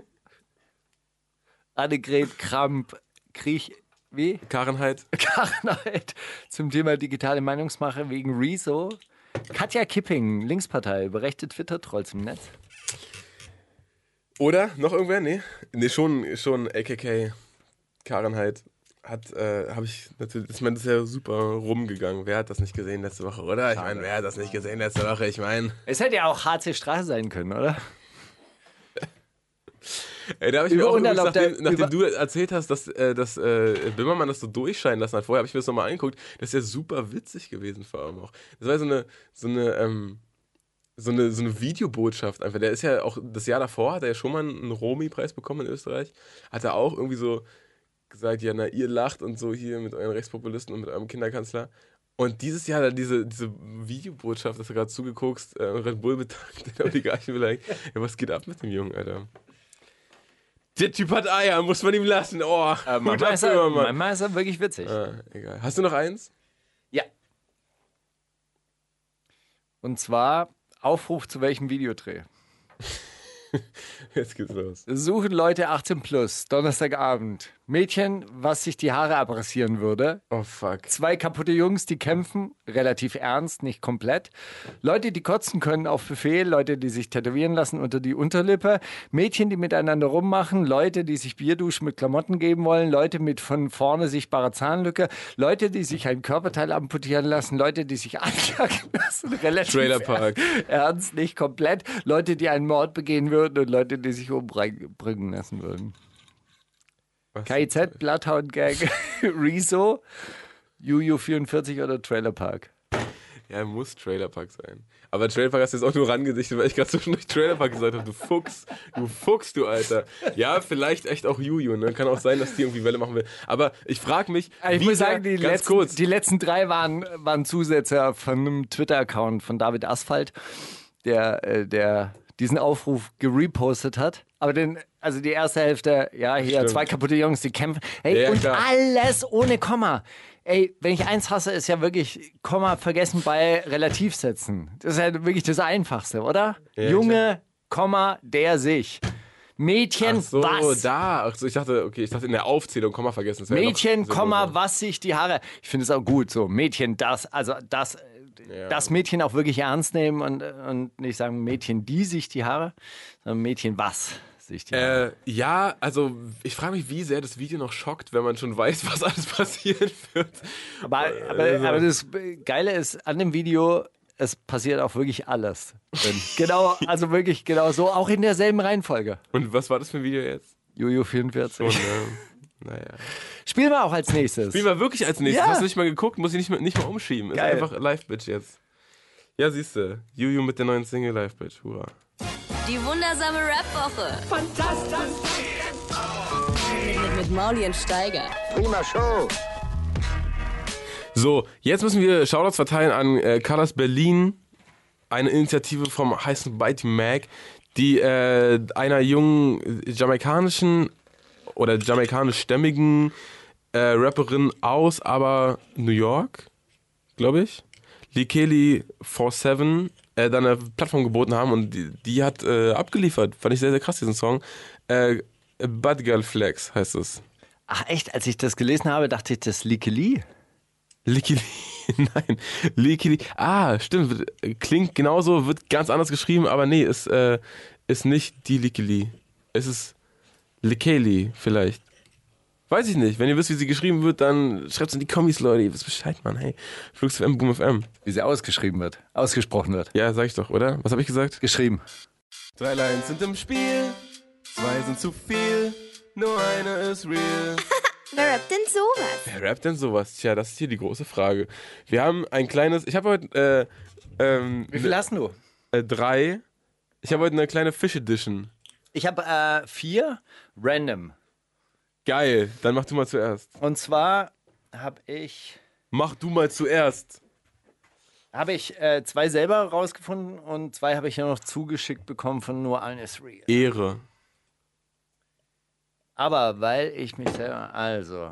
Annegret Kramp, Kriech, wie? Karenheit. Karenheit zum Thema digitale Meinungsmache wegen Rezo. Katja Kipping, Linkspartei, berechtigt Twitter-Trolls im Netz. Oder? Noch irgendwer? Nee. Nee, schon, schon A K K. Karenheit. Hat, äh, habe ich natürlich, ich meine, das ist ja super rumgegangen. Wer hat das nicht gesehen letzte Woche, oder? Ich meine, wer hat das nicht gesehen letzte Woche? Ich meine. Es hätte ja auch H C Straße sein können, oder? Ey, da habe ich Über mir auch übrigens, unerlaubte- nachdem, nachdem über- du erzählt hast, dass, äh, dass äh, Böhmermann das so durchscheinen lassen hat, vorher habe ich mir das nochmal angeguckt, das ist ja super witzig gewesen vor allem auch. Das war so eine, so eine, ähm, so eine, so eine Videobotschaft einfach. Der ist ja auch, das Jahr davor hat er ja schon mal einen Romy-Preis bekommen in Österreich, hat er auch irgendwie so gesagt, ja, na, ihr lacht und so hier mit euren Rechtspopulisten und mit eurem Kinderkanzler. Und dieses Jahr dann diese, diese Videobotschaft, dass du gerade zugeguckst, äh, Red Bull bedankt, der Oligarchen beleidigt. Ja, was geht ab mit dem Jungen, Alter? Der Typ hat Eier, muss man ihm lassen. Oh, Äh, Hut manchmal, ab, ist er, Böhmermann. manchmal ist er wirklich witzig. Ah, egal. Hast du noch eins? Ja. Und zwar Aufruf zu welchem Videodreh? Jetzt geht's los. Suchen Leute achtzehn plus, Donnerstagabend. Mädchen, was sich die Haare abrasieren würde. Oh, fuck. Zwei kaputte Jungs, die kämpfen, relativ ernst, nicht komplett. Leute, die kotzen können auf Befehl, Leute, die sich tätowieren lassen unter die Unterlippe. Mädchen, die miteinander rummachen, Leute, die sich Bierduschen mit Klamotten geben wollen, Leute mit von vorne sichtbarer Zahnlücke, Leute, die sich ein Körperteil amputieren lassen, Leute, die sich anjagen lassen, relativ Trailerpark. ernst, nicht komplett. Leute, die einen Mord begehen würden und Leute, die sich umbringen lassen würden. Was? K I Z, Bloodhound Gang, Rezo, Juju vierundvierzig oder Trailerpark. Ja, muss Trailerpark sein. Aber Trailerpark hast du jetzt auch nur rangedichtet, weil ich gerade zwischendurch Trailerpark gesagt habe. Du Fuchs, du Fuchs, du Alter. Ja, vielleicht echt auch Juju, ne? Kann auch sein, dass die irgendwie Welle machen will. Aber ich frage mich, Ich wie muss sagen, die ganz letzten, kurz. die letzten drei waren, waren Zusätze von einem Twitter-Account von David Asphalt, der, äh, der diesen Aufruf gerepostet hat. Aber den, also die erste Hälfte, ja, hier Stimmt. zwei kaputte Jungs, die kämpfen. Hey, Ja, und klar. alles ohne Komma. Ey, wenn ich eins hasse, ist ja wirklich Komma vergessen bei Relativsätzen. Das ist ja wirklich das Einfachste, oder? Ja, Junge, Komma, der sich. Mädchen, Ach so, was? da. Ach so, ich dachte, okay, ich dachte in der Aufzählung, Komma vergessen. Das wäre Mädchen, noch Komma, sinnloser. was sich die Haare. Ich finde es auch gut, so Mädchen, das, also das, äh, Ja. das Mädchen auch wirklich ernst nehmen und, und nicht sagen Mädchen, die sich die Haare, sondern Mädchen, was sich die Haare. Äh, ja, also ich frage mich, wie sehr das Video noch schockt, wenn man schon weiß, was alles passieren wird. aber, aber, also- aber das Geile ist an dem Video, es passiert auch wirklich alles drin. Genau, also wirklich genau so, auch in derselben Reihenfolge. Und was war das für ein Video jetzt? Juju vierundvierzig. Und, ähm, naja. Spielen wir auch als nächstes. Spielen wir wirklich als nächstes. Ja. Hast du nicht mal geguckt? Muss ich nicht, mal- nicht mal umschieben. Ist Geil. einfach Live-Bitch jetzt. Ja, siehst du. Juju mit der neuen Single Live-Bitch. Hurra. Die wundersame Rap-Woche. Fantastisch. Mit, mit, mit Mauli und Steiger. Prima Show. So, jetzt müssen wir Shoutouts verteilen an äh, Colors Berlin. Eine Initiative vom heißen Bitey Mac, die äh, einer jungen jamaikanischen oder jamaikanischstämmigen äh, Rapperin aus aber New York, glaube ich, Likeli siebenundvierzig, äh, dann eine Plattform geboten haben und die, die hat äh, abgeliefert. Fand ich sehr, sehr krass, diesen Song. Äh, Bad Girl Flex heißt es. Ach echt, als ich das gelesen habe, dachte ich, das Likeli. Likeli, nein, Likeli, ah, stimmt, wird- klingt genauso, wird ganz anders geschrieben, aber nee, ist, äh, ist nicht die Likeli. Es ist Likeli vielleicht. Weiß ich nicht. Wenn ihr wisst, wie sie geschrieben wird, dann schreibt es in die Kommis, Leute. Ihr wisst Bescheid, Mann. Hey, Flux F M, Boom F M. Wie sie ausgeschrieben wird, ausgesprochen wird. Ja, sag ich doch, oder? Was habe ich gesagt? Geschrieben. Drei Lines sind im Spiel, zwei sind zu viel, nur eine ist real. Wer rappt denn sowas? Wer rappt denn sowas? Tja, das ist hier die große Frage. Wir haben ein kleines, ich habe heute, äh, ähm, Wie viel hast du? äh, drei. Ich habe heute eine kleine Fish Edition. Ich habe äh, vier random. Geil, dann mach du mal zuerst. Und zwar habe ich, Mach du mal zuerst. habe ich äh, zwei selber rausgefunden und zwei habe ich ja noch zugeschickt bekommen von nur allen is real. Ehre. Aber weil ich mich selber, also.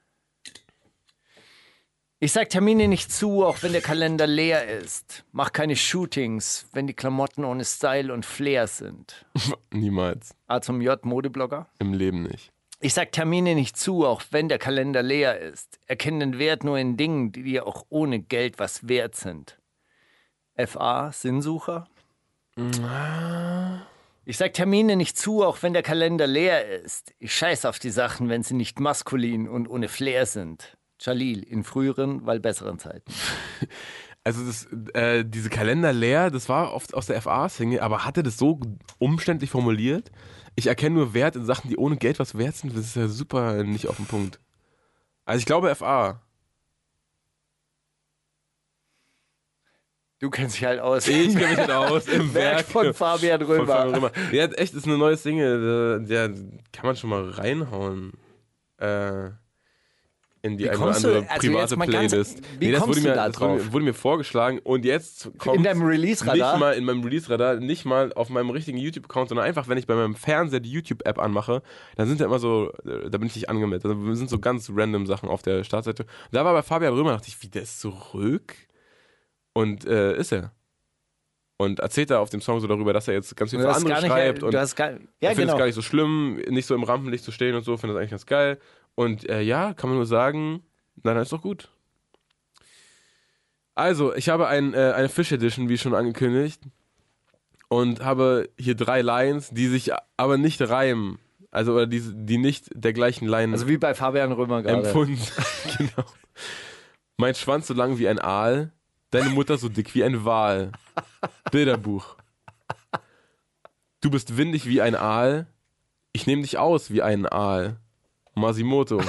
Ich sag Termine nicht zu, auch wenn der Kalender leer ist. Mach keine Shootings, wenn die Klamotten ohne Style und Flair sind. Niemals. A zum J, Modeblogger. Im Leben nicht. Ich sag Termine nicht zu, auch wenn der Kalender leer ist. Erkenne den Wert nur in Dingen, die dir auch ohne Geld was wert sind. F A, Sinnsucher. Ich sag Termine nicht zu, auch wenn der Kalender leer ist. Ich scheiß auf die Sachen, wenn sie nicht maskulin und ohne Flair sind. Jalil, in früheren, weil besseren Zeiten. Also das, äh, diese Kalender leer, das war oft aus der F A-Single, aber hat er das so umständlich formuliert? Ich erkenne nur Wert in Sachen, die ohne Geld was wert sind. Das ist ja super nicht auf den Punkt. Also ich glaube F A. Du kennst dich halt aus. Ich kenne mich halt aus im Werk Werk von Fabian Römer. Von Fabian Römer. Ja, echt, ist eine neue Single. Der kann man schon mal reinhauen. Äh, in die Wie eine oder kommst du- andere also private jetzt mal ganz- Playlist. wie das kommst wurde du mir, da das wurde, drauf? mir- wurde mir vorgeschlagen und jetzt kommt In deinem Release-Radar? nicht mal in meinem Release-Radar, nicht mal auf meinem richtigen YouTube-Account, sondern einfach, wenn ich bei meinem Fernseher die YouTube-App anmache, dann sind da immer so, da bin ich nicht angemeldet, da sind so ganz random Sachen auf der Startseite. Und da war bei Fabian Römer, dachte ich, wie, der ist zurück? Und äh, ist er. Und erzählt er auf dem Song so darüber, dass er jetzt ganz viel Du für hast andere gar nicht, schreibt. du Und hast gar, ja, er findet genau. es gar nicht so schlimm, nicht so im Rampenlicht zu stehen und so, findet es eigentlich ganz geil. Und äh, ja, kann man nur sagen, na, dann ist doch gut. Also, ich habe ein, äh, eine Fish Edition, wie schon angekündigt. Und habe hier drei Lines, die sich aber nicht reimen. Also, oder die, die nicht der gleichen Line Also wie bei Fabian Römer gerade. empfunden. Genau. Mein Schwanz so lang wie ein Aal, deine Mutter so dick wie ein Wal. Bilderbuch. Du bist windig wie ein Aal, ich nehme dich aus wie einen Aal. Masimoto.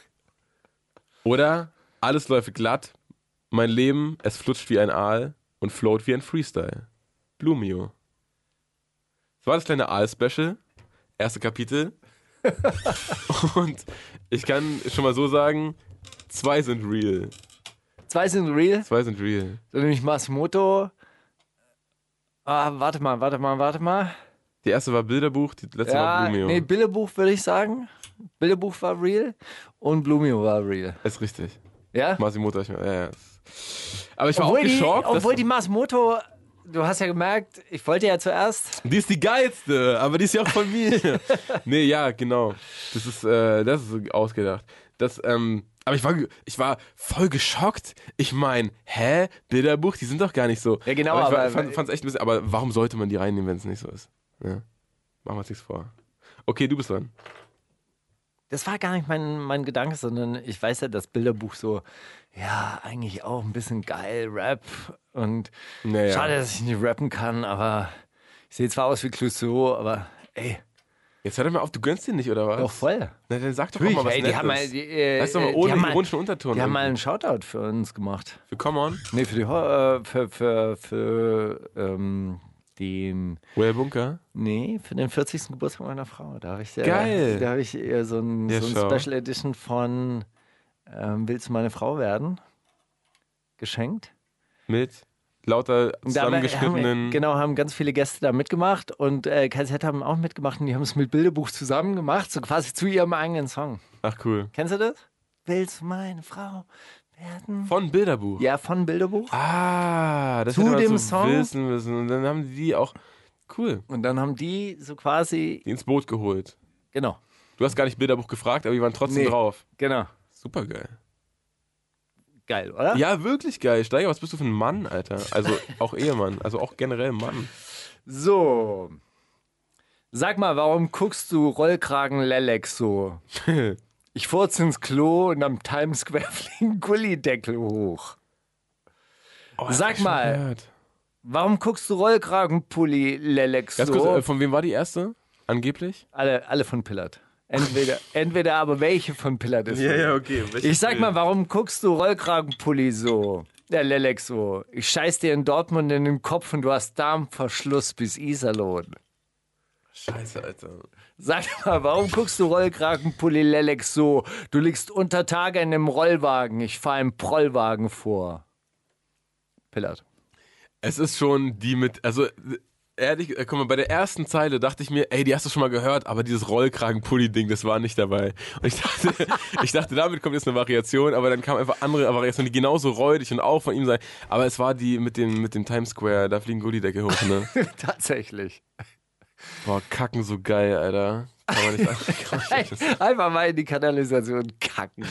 Oder alles läuft glatt, mein Leben, es flutscht wie ein Aal und float wie ein Freestyle. Blumio. Das war das kleine Aal-Special, erste Kapitel. Und ich kann schon mal so sagen, zwei sind real. Zwei sind real. Zwei sind real. So nämlich Masimoto. Ah, warte mal, warte mal, warte mal. Die erste war Bilderbuch, die letzte war Ja, Blumio. nee, Bilderbuch würde ich sagen. Bilderbuch war real und Blumio war real. Ist richtig. Ja? Masimoto, ich, ja, ja. Aber ich war Obwohl auch die, geschockt. dass- obwohl die Masimoto, du hast ja gemerkt, ich wollte ja zuerst. Die ist die geilste, aber die ist ja auch von mir. Nee, ja, genau. Das ist, äh, das ist ausgedacht. Das, ähm, aber ich war, ich war voll geschockt. Ich meine, hä? Bilderbuch, die sind doch gar nicht so. Ja, genau, aber ich war, aber- fand, fand's echt ein bisschen, aber warum sollte man die reinnehmen, wenn es nicht so ist? Ja. Machen wir uns nichts vor. Okay, du bist dran. Das war gar nicht mein, mein Gedanke, sondern ich weiß ja, das Bilderbuch so, ja, eigentlich auch ein bisschen geil, Rap. Und Naja. schade, dass ich nicht rappen kann, aber ich sehe zwar aus wie Clouseau, aber ey, Jetzt hör doch mal auf, du gönnst ihn nicht, oder was? doch voll. Na, dann sag doch Natürlich, auch mal was ey, die Nettes. haben mal, die, äh, Weißt du mal, die ohne haben mal- ironischen Unterton. Die haben mal irgendwie. einen Shoutout für uns gemacht. Für Come On, Nee, für die, Ho- äh, für, für, für ähm, den, Royal Bunker. nee, für den vierzigsten Geburtstag meiner Frau. Da habe ich, äh, Geil. Da habe ich ihr so ein, Ja, so ein schau. Special Edition von ähm, Willst du meine Frau werden? Geschenkt. Mit lauter Und da haben, zusammengeschnittenen. genau, haben ganz viele Gäste da mitgemacht und äh, K Z haben auch mitgemacht und die haben es mit Bilderbuch zusammen gemacht, so quasi zu ihrem eigenen Song. Ach cool. Kennst du das? Willst du meine Frau werden? Von Bilderbuch. Ja, von Bilderbuch. Ah, das Zu hätte man dem so Song? wissen müssen. Und dann haben die auch, cool, Und dann haben die so quasi, die ins Boot geholt. genau, Du hast gar nicht Bilderbuch gefragt, aber die waren trotzdem Nee. drauf. genau. Super geil. Geil, oder? Ja, wirklich geil. Steiger, was bist du für ein Mann, Alter? Also auch Ehemann, also auch generell Mann. So. Sag mal, warum guckst du Rollkragen Lelex so? Ich furze ins Klo und am Times Square fliegen Gullideckel hoch. Oh, Sag hab ich schon mal. gehört. Warum guckst du Rollkragenpulli Lelex Ganz so? kurz, äh, von wem war die erste? Angeblich? alle, alle von Pillard. Entweder, entweder aber welche von Pillard ist. okay. Ich sag mal, warum guckst du Rollkragenpulli so? Der Lelex so. Ich scheiß dir in Dortmund in den Kopf und du hast Darmverschluss bis Iserlohn. Scheiße, Alter. Sag mal, warum guckst du Rollkragenpulli Lelex so? Du liegst unter Tage in einem Rollwagen. Ich fahr im Prollwagen vor. Pillard. Es ist schon die mit, also ehrlich, äh, guck mal, bei der ersten Zeile dachte ich mir, ey, die hast du schon mal gehört, aber dieses Rollkragen-Pulli-Ding, das war nicht dabei. Und ich dachte, ich dachte, damit kommt jetzt eine Variation, aber dann kam einfach andere Variationen, die genauso räudig und auch von ihm sein. Aber es war die mit dem, mit dem Times Square, da fliegen Gullideckel hoch, ne? Tatsächlich. Boah, kacken so geil, Alter. Kann man nicht sagen. Kann man nicht- Einfach mal in die Kanalisation kacken.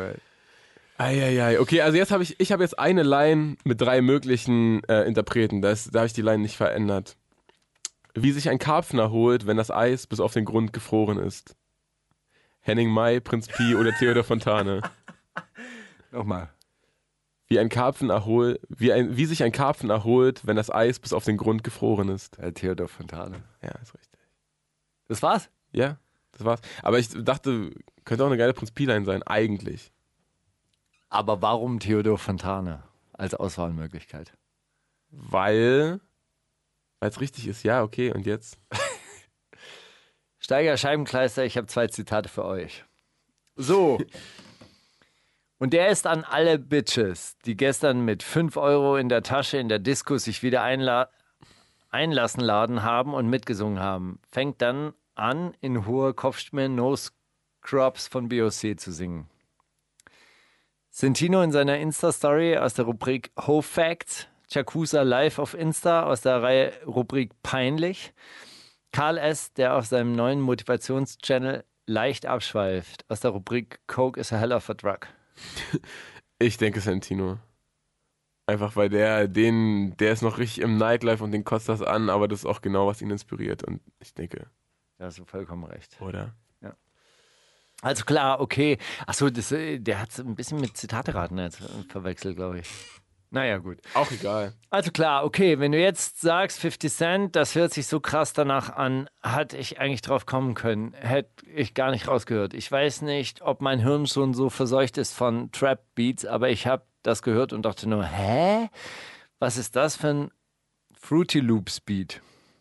Eieiei. Okay, also jetzt habe ich, ich habe jetzt eine Line mit drei möglichen äh, Interpreten. Das, da habe ich die Line nicht verändert. Wie sich ein Karpfen erholt, wenn das Eis bis auf den Grund gefroren ist. Henning May, Prinz Pi oder Theodor Fontane. Nochmal. Wie ein Karpfen erholt, wie, ein, wie sich ein Karpfen erholt, wenn das Eis bis auf den Grund gefroren ist. Herr Theodor Fontane. Ja, ist richtig. Das war's? Ja, das war's. Aber ich dachte, könnte auch eine geile Prinz Pi-Line sein, eigentlich. Aber warum Theodor Fontane als Auswahlmöglichkeit? Weil, weil es richtig ist. Ja, okay, und jetzt? Steiger Scheibenkleister, ich habe zwei Zitate für euch. So. Und der ist an alle Bitches, die gestern mit fünf Euro in der Tasche in der Disco sich wieder einla- einlassen laden haben und mitgesungen haben. Fängt dann an, in hoher Kopfstimme No Scrubs von B O C zu singen. Sentino in seiner Insta-Story aus der Rubrik Ho Facts, Jacuza live auf Insta aus der Reihe Rubrik Peinlich, Karl S., der auf seinem neuen Motivationschannel leicht abschweift aus der Rubrik Coke is a hell of a drug. Ich denke Santino. Einfach weil der, den, der ist noch richtig im Nightlife und den kotzt das an, aber das ist auch genau, was ihn inspiriert. Und ich denke. Da hast du vollkommen recht. Oder? Ja. Also klar, okay. Achso, das, der hat es ein bisschen mit Zitate-Raten jetzt verwechselt, glaube ich. Naja, gut. Auch egal. Also klar, okay, wenn du jetzt sagst fifty Cent, das hört sich so krass danach an, hätte ich eigentlich drauf kommen können, hätte ich gar nicht rausgehört. Ich weiß nicht, ob mein Hirn schon so verseucht ist von Trap-Beats, aber ich habe das gehört und dachte nur, hä? Was ist das für ein Fruity Loops-Beat?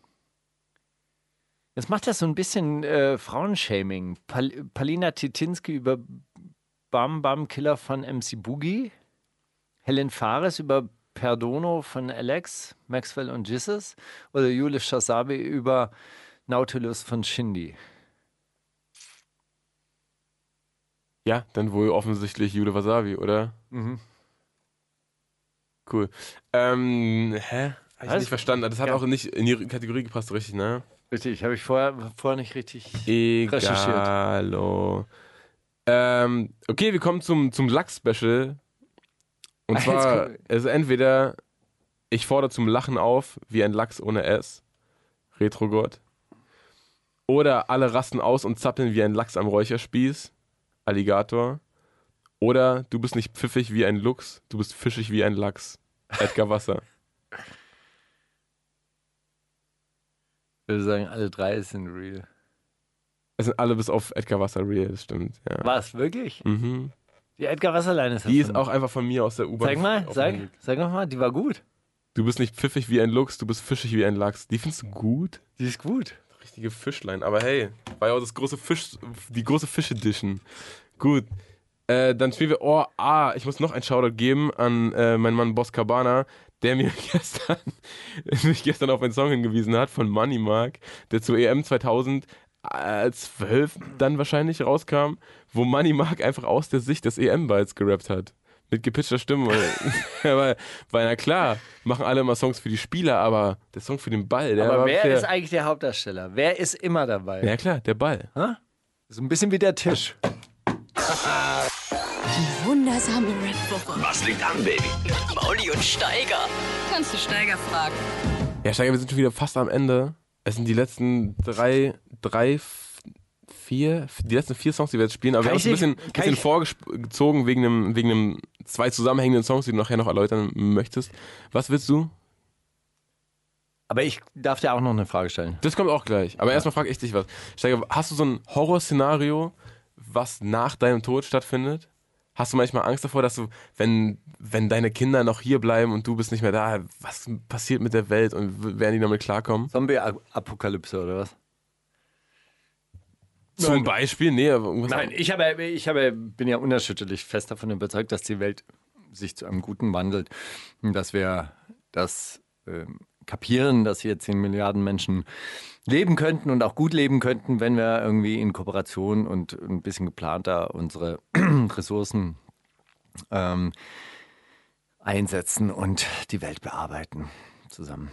Jetzt macht das so ein bisschen äh, Frauenshaming. Pal- Palina Titinski über Bam Bam Killer von M C Boogie. Helen Fares über Perdono von Alex, Maxwell und Jesus oder Julius Chasabi über Nautilus von Shindy? Ja, dann wohl offensichtlich Jule Wasabi, oder? Mhm. Cool. Ähm, hä? Hab ich Was? nicht verstanden. Das hat Ja. auch nicht in die Kategorie gepasst, richtig, ne? Richtig, habe ich vorher, vorher nicht richtig recherchiert. Egalo. Ähm, okay, wir kommen zum, zum Lachs-Special. Und Jetzt zwar, kommt- also entweder ich fordere zum Lachen auf, wie ein Lachs ohne S, Retrogott. Oder alle rasten aus und zappeln wie ein Lachs am Räucherspieß, Alligator. Oder du bist nicht pfiffig wie ein Luchs, du bist fischig wie ein Lachs, Edgar Wasser. Ich würde sagen, alle drei sind real. Es sind alle bis auf Edgar Wasser real, das stimmt. Ja. Was, wirklich? Mhm. Die Edgar Wasserlein ist Die das ist von- auch einfach von mir aus der U-Bahn. Sag mal, sag, aufgehängt. sag noch mal, die war gut. Du bist nicht pfiffig wie ein Luchs, du bist fischig wie ein Lachs. Die findest du gut? Die ist gut. Richtige Fischlein. Aber hey, war ja auch das große Fisch, die große Fisch-Edition. Gut. Äh, dann spielen wir, oh, ah, ich muss noch einen Shoutout geben an äh, meinen Mann Boss Cabana, der mir gestern, mich gestern auf einen Song hingewiesen hat von Money Mark, der zur E M zweitausendzwölf dann wahrscheinlich rauskam, wo Money Mark einfach aus der Sicht des E M-Balls gerappt hat. Mit gepitchter Stimme. Aber, weil, na klar, machen alle immer Songs für die Spieler, aber der Song für den Ball, der Aber war wer fair. ist eigentlich der Hauptdarsteller? Wer ist immer dabei? Ja klar, der Ball. So ein bisschen wie der Tisch. Wundersame Rap-Woche. Was liegt an, Baby? Mauli und Steiger. Kannst du Steiger fragen? Ja, Steiger, wir sind schon wieder fast am Ende. Es sind die letzten drei, drei, f- vier, die letzten vier Songs, die wir jetzt spielen, aber wir Kann haben uns ein ich bisschen, nicht- kann bisschen ich- vorgezogen wegen einem, wegen einem zwei zusammenhängenden Songs, die du nachher noch erläutern möchtest. Was willst du? Aber ich darf dir auch noch eine Frage stellen. Das kommt auch gleich. Aber erstmal frage ich dich was. Steiger, hast du so ein Horrorszenario, was nach deinem Tod stattfindet? Hast du manchmal Angst davor, dass du, wenn, wenn deine Kinder noch hier bleiben und du bist nicht mehr da, was passiert mit der Welt und w- werden die damit klarkommen? Zombie-Apokalypse oder was? Zum Beispiel? Nee, aber irgendwas Nein, ich, habe, ich habe, bin ja unerschütterlich fest davon überzeugt, dass die Welt sich zu einem Guten wandelt. Und dass wir das ähm, kapieren, dass hier zehn Milliarden Menschen leben könnten und auch gut leben könnten, wenn wir irgendwie in Kooperation und ein bisschen geplanter unsere Ressourcen ähm, einsetzen und die Welt bearbeiten zusammen.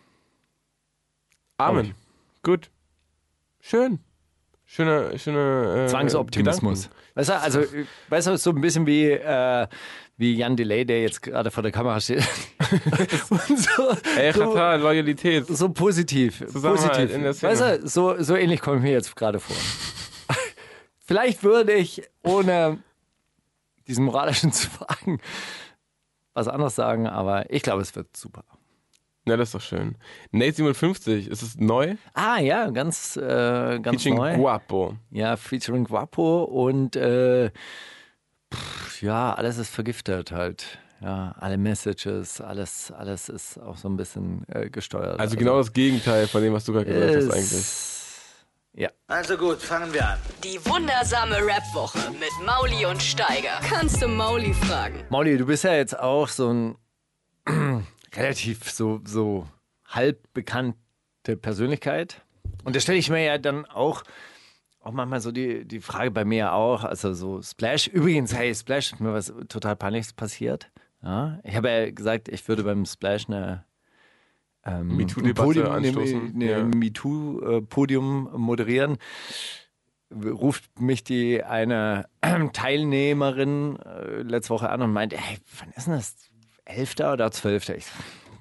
Amen. Gut. Schön. Schöner, schöner äh, Zwangsoptimismus. Gedanken. Weißt du, also, äh, weißt du, so ein bisschen wie, äh, wie Jan Delay, der jetzt gerade vor der Kamera steht. Und so, Ey, so, Katar, Loyalität. so positiv. Zusammenhalt positiv. in der Szene. Weißt du, so, so ähnlich komme ich mir jetzt gerade vor. Vielleicht würde ich, ohne diesen moralischen zu fragen, was anderes sagen, aber ich glaube, es wird super. Ja, das ist doch schön. Nate siebenundfünfzig, ist es neu? Ah ja, ganz, äh, ganz Featuring neu. Guapo. Ja, featuring Guapo und äh, pff, ja, alles ist vergiftet halt. Ja, alle Messages, alles, alles ist auch so ein bisschen äh, gesteuert. Also genau das Gegenteil von dem, was du gerade gesagt hast eigentlich. ist- Ja. Also gut, fangen wir an. Die wundersame Rap-Woche mit Mauli und Steiger. Kannst du Mauli fragen? Mauli, du bist ja jetzt auch so ein relativ so, so halb bekannte Persönlichkeit. Und da stelle ich mir ja dann auch, auch manchmal so die, die Frage bei mir auch, also so Splash. Übrigens, hey, Splash, ist mir was total Peinliches passiert. Ja, ich habe ja gesagt, ich würde beim Splash eine ähm, MeToo-Debatte Podium- anstoßen. Eine, Ja. eine MeToo-Podium moderieren. Ruft mich die eine Teilnehmerin äh, letzte Woche an und meint, ey, wann ist denn das? Elfter oder Zwölfter? Ich so,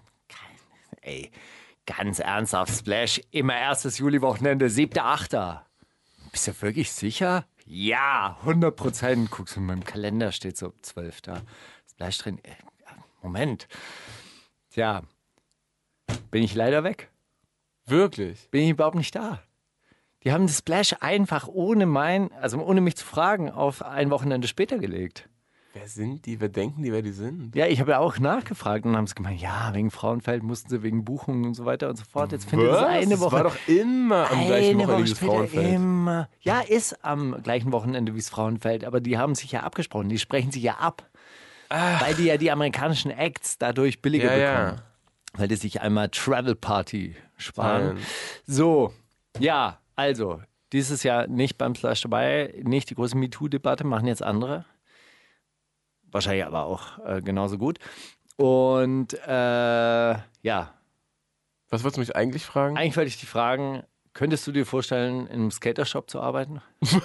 ey, ganz ernsthaft, Splash, immer erstes Juli-Wochenende, siebter, achter. Bist du wirklich sicher? Ja, hundert Prozent. Guckst du, in meinem Kalender steht so zwölfter. Splash drin. Äh, Moment. Tja, bin ich leider weg. Wirklich? Bin ich überhaupt nicht da. Die haben das Splash einfach ohne mein, also ohne mich zu fragen, auf ein Wochenende später gelegt. Wer sind die? Wer denken die, wer die sind? Ja, ich habe ja auch nachgefragt und haben sie gemeint, ja, wegen Frauenfeld mussten sie wegen Buchungen und so weiter und so fort. Jetzt findet es eine Woche. Das war doch immer am gleichen eine Wochenende Woche wie das später Frauenfeld. immer. Ja, ist am gleichen Wochenende wie das Frauenfeld, aber die haben sich ja abgesprochen, die sprechen sich ja ab. Weil die ja die amerikanischen Acts dadurch billiger Ja, bekommen. ja. Weil die sich einmal Travel Party sparen. Nein. So, ja, also, dieses Jahr nicht beim Slash dabei, nicht die große MeToo-Debatte, machen jetzt andere. Wahrscheinlich aber auch äh, genauso gut. Und äh, ja, Was wolltest du mich eigentlich fragen? eigentlich wollte ich dich fragen, könntest du dir vorstellen, in einem Skatershop zu arbeiten?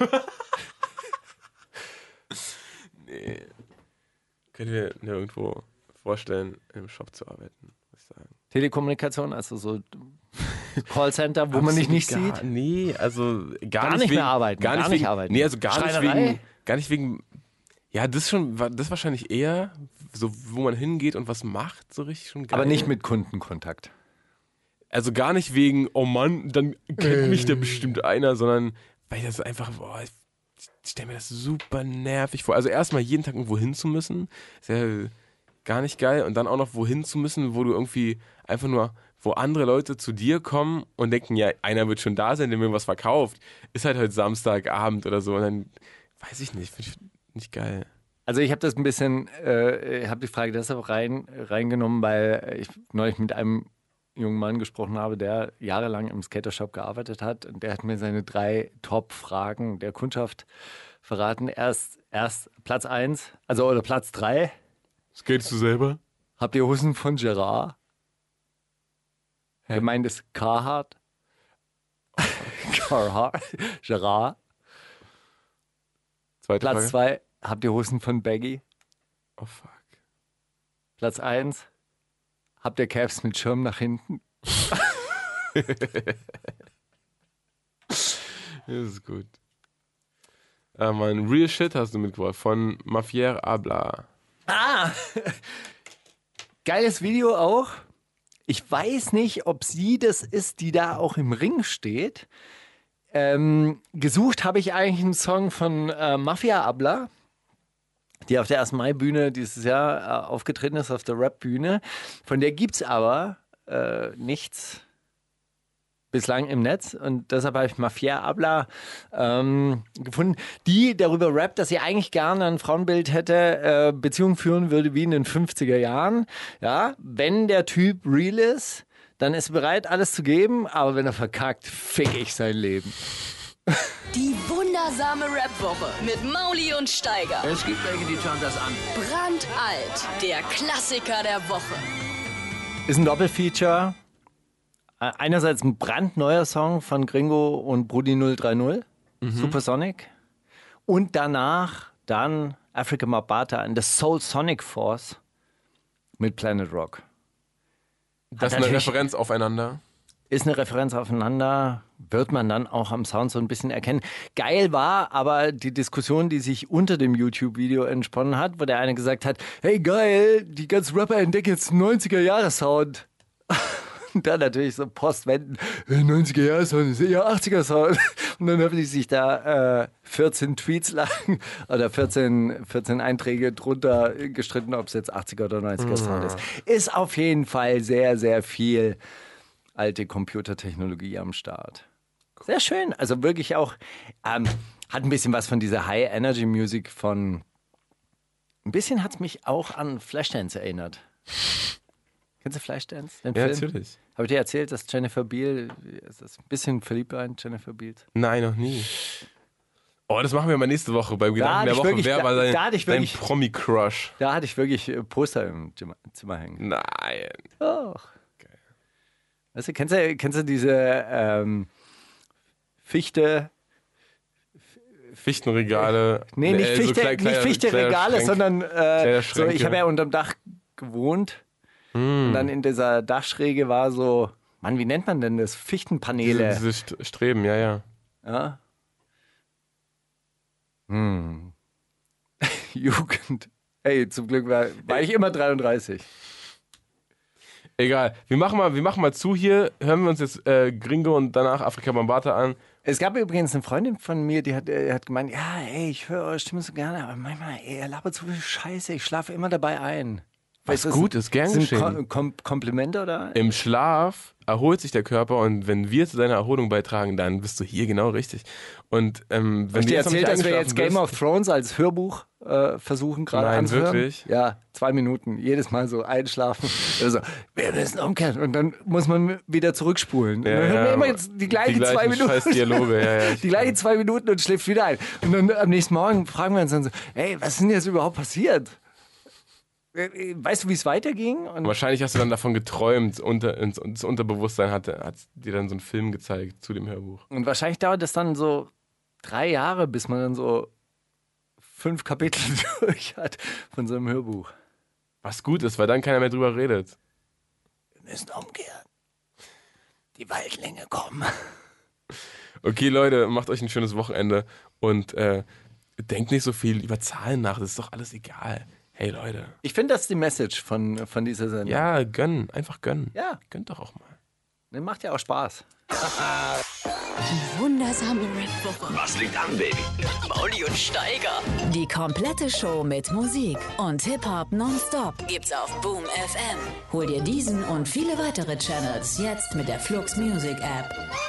Nee. Können wir mir irgendwo vorstellen, in einem Shop zu arbeiten, muss ich sagen. Telekommunikation, also so Callcenter, wo man dich nicht gar, sieht? Nee, also gar, Gar nicht, nicht wegen, mehr arbeiten, Gar nicht, gar nicht wegen, arbeiten. Nee, also gar nicht Schreinerei? wegen, gar nicht wegen, ja, das ist schon, das ist wahrscheinlich eher, so wo man hingeht und was macht, so richtig schon geil. Aber nicht mit Kundenkontakt. Also gar nicht wegen, oh Mann, dann kennt mich da bestimmt einer, sondern weil das einfach, boah, ich stelle mir das super nervig vor. Also erstmal jeden Tag irgendwo hin zu müssen, ist ja gar nicht geil. Und dann auch noch wohin zu müssen, wo du irgendwie einfach nur, wo andere Leute zu dir kommen und denken, ja, einer wird schon da sein, der mir was verkauft. Ist halt heute Samstagabend oder so. Und dann, weiß ich nicht, finde ich nicht geil. Also ich habe das ein bisschen, äh, ich habe die Frage deshalb rein, reingenommen, weil ich neulich mit einem jungen Mann gesprochen habe, der jahrelang im Skatershop gearbeitet hat. Und der hat mir seine drei Top-Fragen der Kundschaft verraten. Erst, erst Platz eins, also oder Platz drei. Skatest du selber? Habt ihr Hosen von Gerard? Gemeint ist Carhartt. Carhartt. Gerard. Zweite Platz Frage. zwei, habt ihr Hosen von Baggy? Oh fuck. Platz eins, habt ihr Caps mit Schirm nach hinten? Das ist gut. Ah, Mann, Real Shit hast du mitgebracht von Mafier Abla. Ah! Geiles Video auch. Ich weiß nicht, ob sie das ist, die da auch im Ring steht. Ähm, gesucht habe ich eigentlich einen Song von äh, Mafia Abla, die auf der ersten Mai-Bühne dieses Jahr äh, aufgetreten ist, auf der Rap-Bühne. Von der gibt es aber äh, nichts bislang im Netz und deshalb habe ich Mafia Abla ähm, gefunden, die darüber rappt, dass sie eigentlich gerne ein Frauenbild hätte, äh, Beziehung führen würde wie in den fünfziger Jahren. Ja, wenn der Typ real ist, dann ist er bereit, alles zu geben, aber wenn er verkackt, fick ich sein Leben. Die wundersame Rap-Woche mit Mauli und Steiger. Es gibt welche, die schauen das an. Brandalt, der Klassiker der Woche. Ist ein Doppelfeature. Einerseits ein brandneuer Song von Gringo und Brudi null drei null, mhm. Supersonic. Und danach dann Afrika Bambaataa in The Soul Sonic Force mit Planet Rock. Das ist eine Referenz aufeinander. ist eine Referenz aufeinander, wird man dann auch am Sound so ein bisschen erkennen. Geil war aber die Diskussion, die sich unter dem YouTube-Video entsponnen hat, wo der eine gesagt hat, hey geil, die ganzen Rapper entdecken jetzt neunziger-Jahre-Sound. Und dann natürlich so postwenden, neunziger-Jahre-Sound ist eher achtziger-Sound. Und dann haben die sich da äh, vierzehn Tweets lang oder vierzehn, vierzehn Einträge drunter gestritten, ob es jetzt achtziger- oder neunziger-Sound ist. Ist auf jeden Fall sehr, sehr viel alte Computertechnologie am Start. Sehr schön. Also wirklich auch, ähm, hat ein bisschen was von dieser High-Energy-Music von, ein bisschen hat es mich auch an Flashdance erinnert. Kennst du Flashdance? Den Ja, Film? natürlich. Habe ich dir erzählt, dass Jennifer Beal, ist das ein bisschen verliebt war in Jennifer Beal? Nein, noch nie. Oh, das machen wir mal nächste Woche beim Gedanken hatte der ich Woche. wirklich- Wer da- war dein, da hatte ich dein wirklich- Promi-Crush? Da hatte ich wirklich äh, Poster im Zimmer, Zimmer hängen. Nein. Doch. Weißt du, kennst du, kennst du diese ähm, Fichte, Fichtenregale. nee, nicht äh, so Fichte, klein- nicht kleiner- Fichte-Regale, kleiner Schränk- sondern äh, kleiner so, Schränke. ich habe ja unterm Dach gewohnt und dann in dieser Dachschräge war so, Mann, wie nennt man denn das? Fichtenpaneele. Diese, diese St- Streben, ja, ja. Ja. Hm. Jugend. Hey, zum Glück war, war ich immer dreiunddreißig. Egal. Wir machen mal, wir machen mal zu hier. Hören wir uns jetzt äh, Gringo und danach Afrika Bambata an. Es gab übrigens eine Freundin von mir, die hat, äh, hat gemeint, ja, ey, ich höre eure Stimme so gerne, aber manchmal, ey, er labert so viel Scheiße, ich schlafe immer dabei ein. Was das gut ist, gern sind geschehen. Kom Kom Komplimente oder? Im Schlaf erholt sich der Körper und wenn wir zu deiner Erholung beitragen, dann bist du hier genau richtig. Und ähm, wenn Hast du dir jetzt noch erzählt, nicht dass wir jetzt eingeschlafen Game of Thrones als Hörbuch äh, versuchen gerade Nein, anzuhören? wirklich? Ja, zwei Minuten, jedes Mal so einschlafen. Also, wir müssen umkehren und dann muss man wieder zurückspulen. Ja, und dann hören wir ja, immer jetzt die gleichen, die gleichen zwei Minuten. scheiß Dialoge, ja, ja, ich die gleichen zwei Minuten und schläft wieder ein. Und dann am nächsten Morgen fragen wir uns dann so, ey, was ist denn jetzt überhaupt passiert? Weißt du, wie es weiterging? Und Wahrscheinlich hast du dann davon geträumt, unter, ins, das Unterbewusstsein hat, hat dir dann so einen Film gezeigt zu dem Hörbuch. Und wahrscheinlich dauert das dann so drei Jahre, bis man dann so fünf Kapitel durch hat von so einem Hörbuch. Was gut ist, weil dann keiner mehr drüber redet. Wir müssen umkehren. Die Waldlinge kommen. Okay, Leute, macht euch ein schönes Wochenende und äh, denkt nicht so viel über Zahlen nach, das ist doch alles egal. Hey, Leute. Ich finde, das ist die Message von, von dieser Sendung. Ja, gönnen, einfach gönnen. Ja. Gönnt doch auch mal. Das macht ja auch Spaß. Die wundersame Rap-Woche. Was liegt an, Baby? Mauli und Steiger. Die komplette Show mit Musik und Hip-Hop nonstop gibt's auf Boom F M. Hol dir diesen und viele weitere Channels jetzt mit der Flux Music App.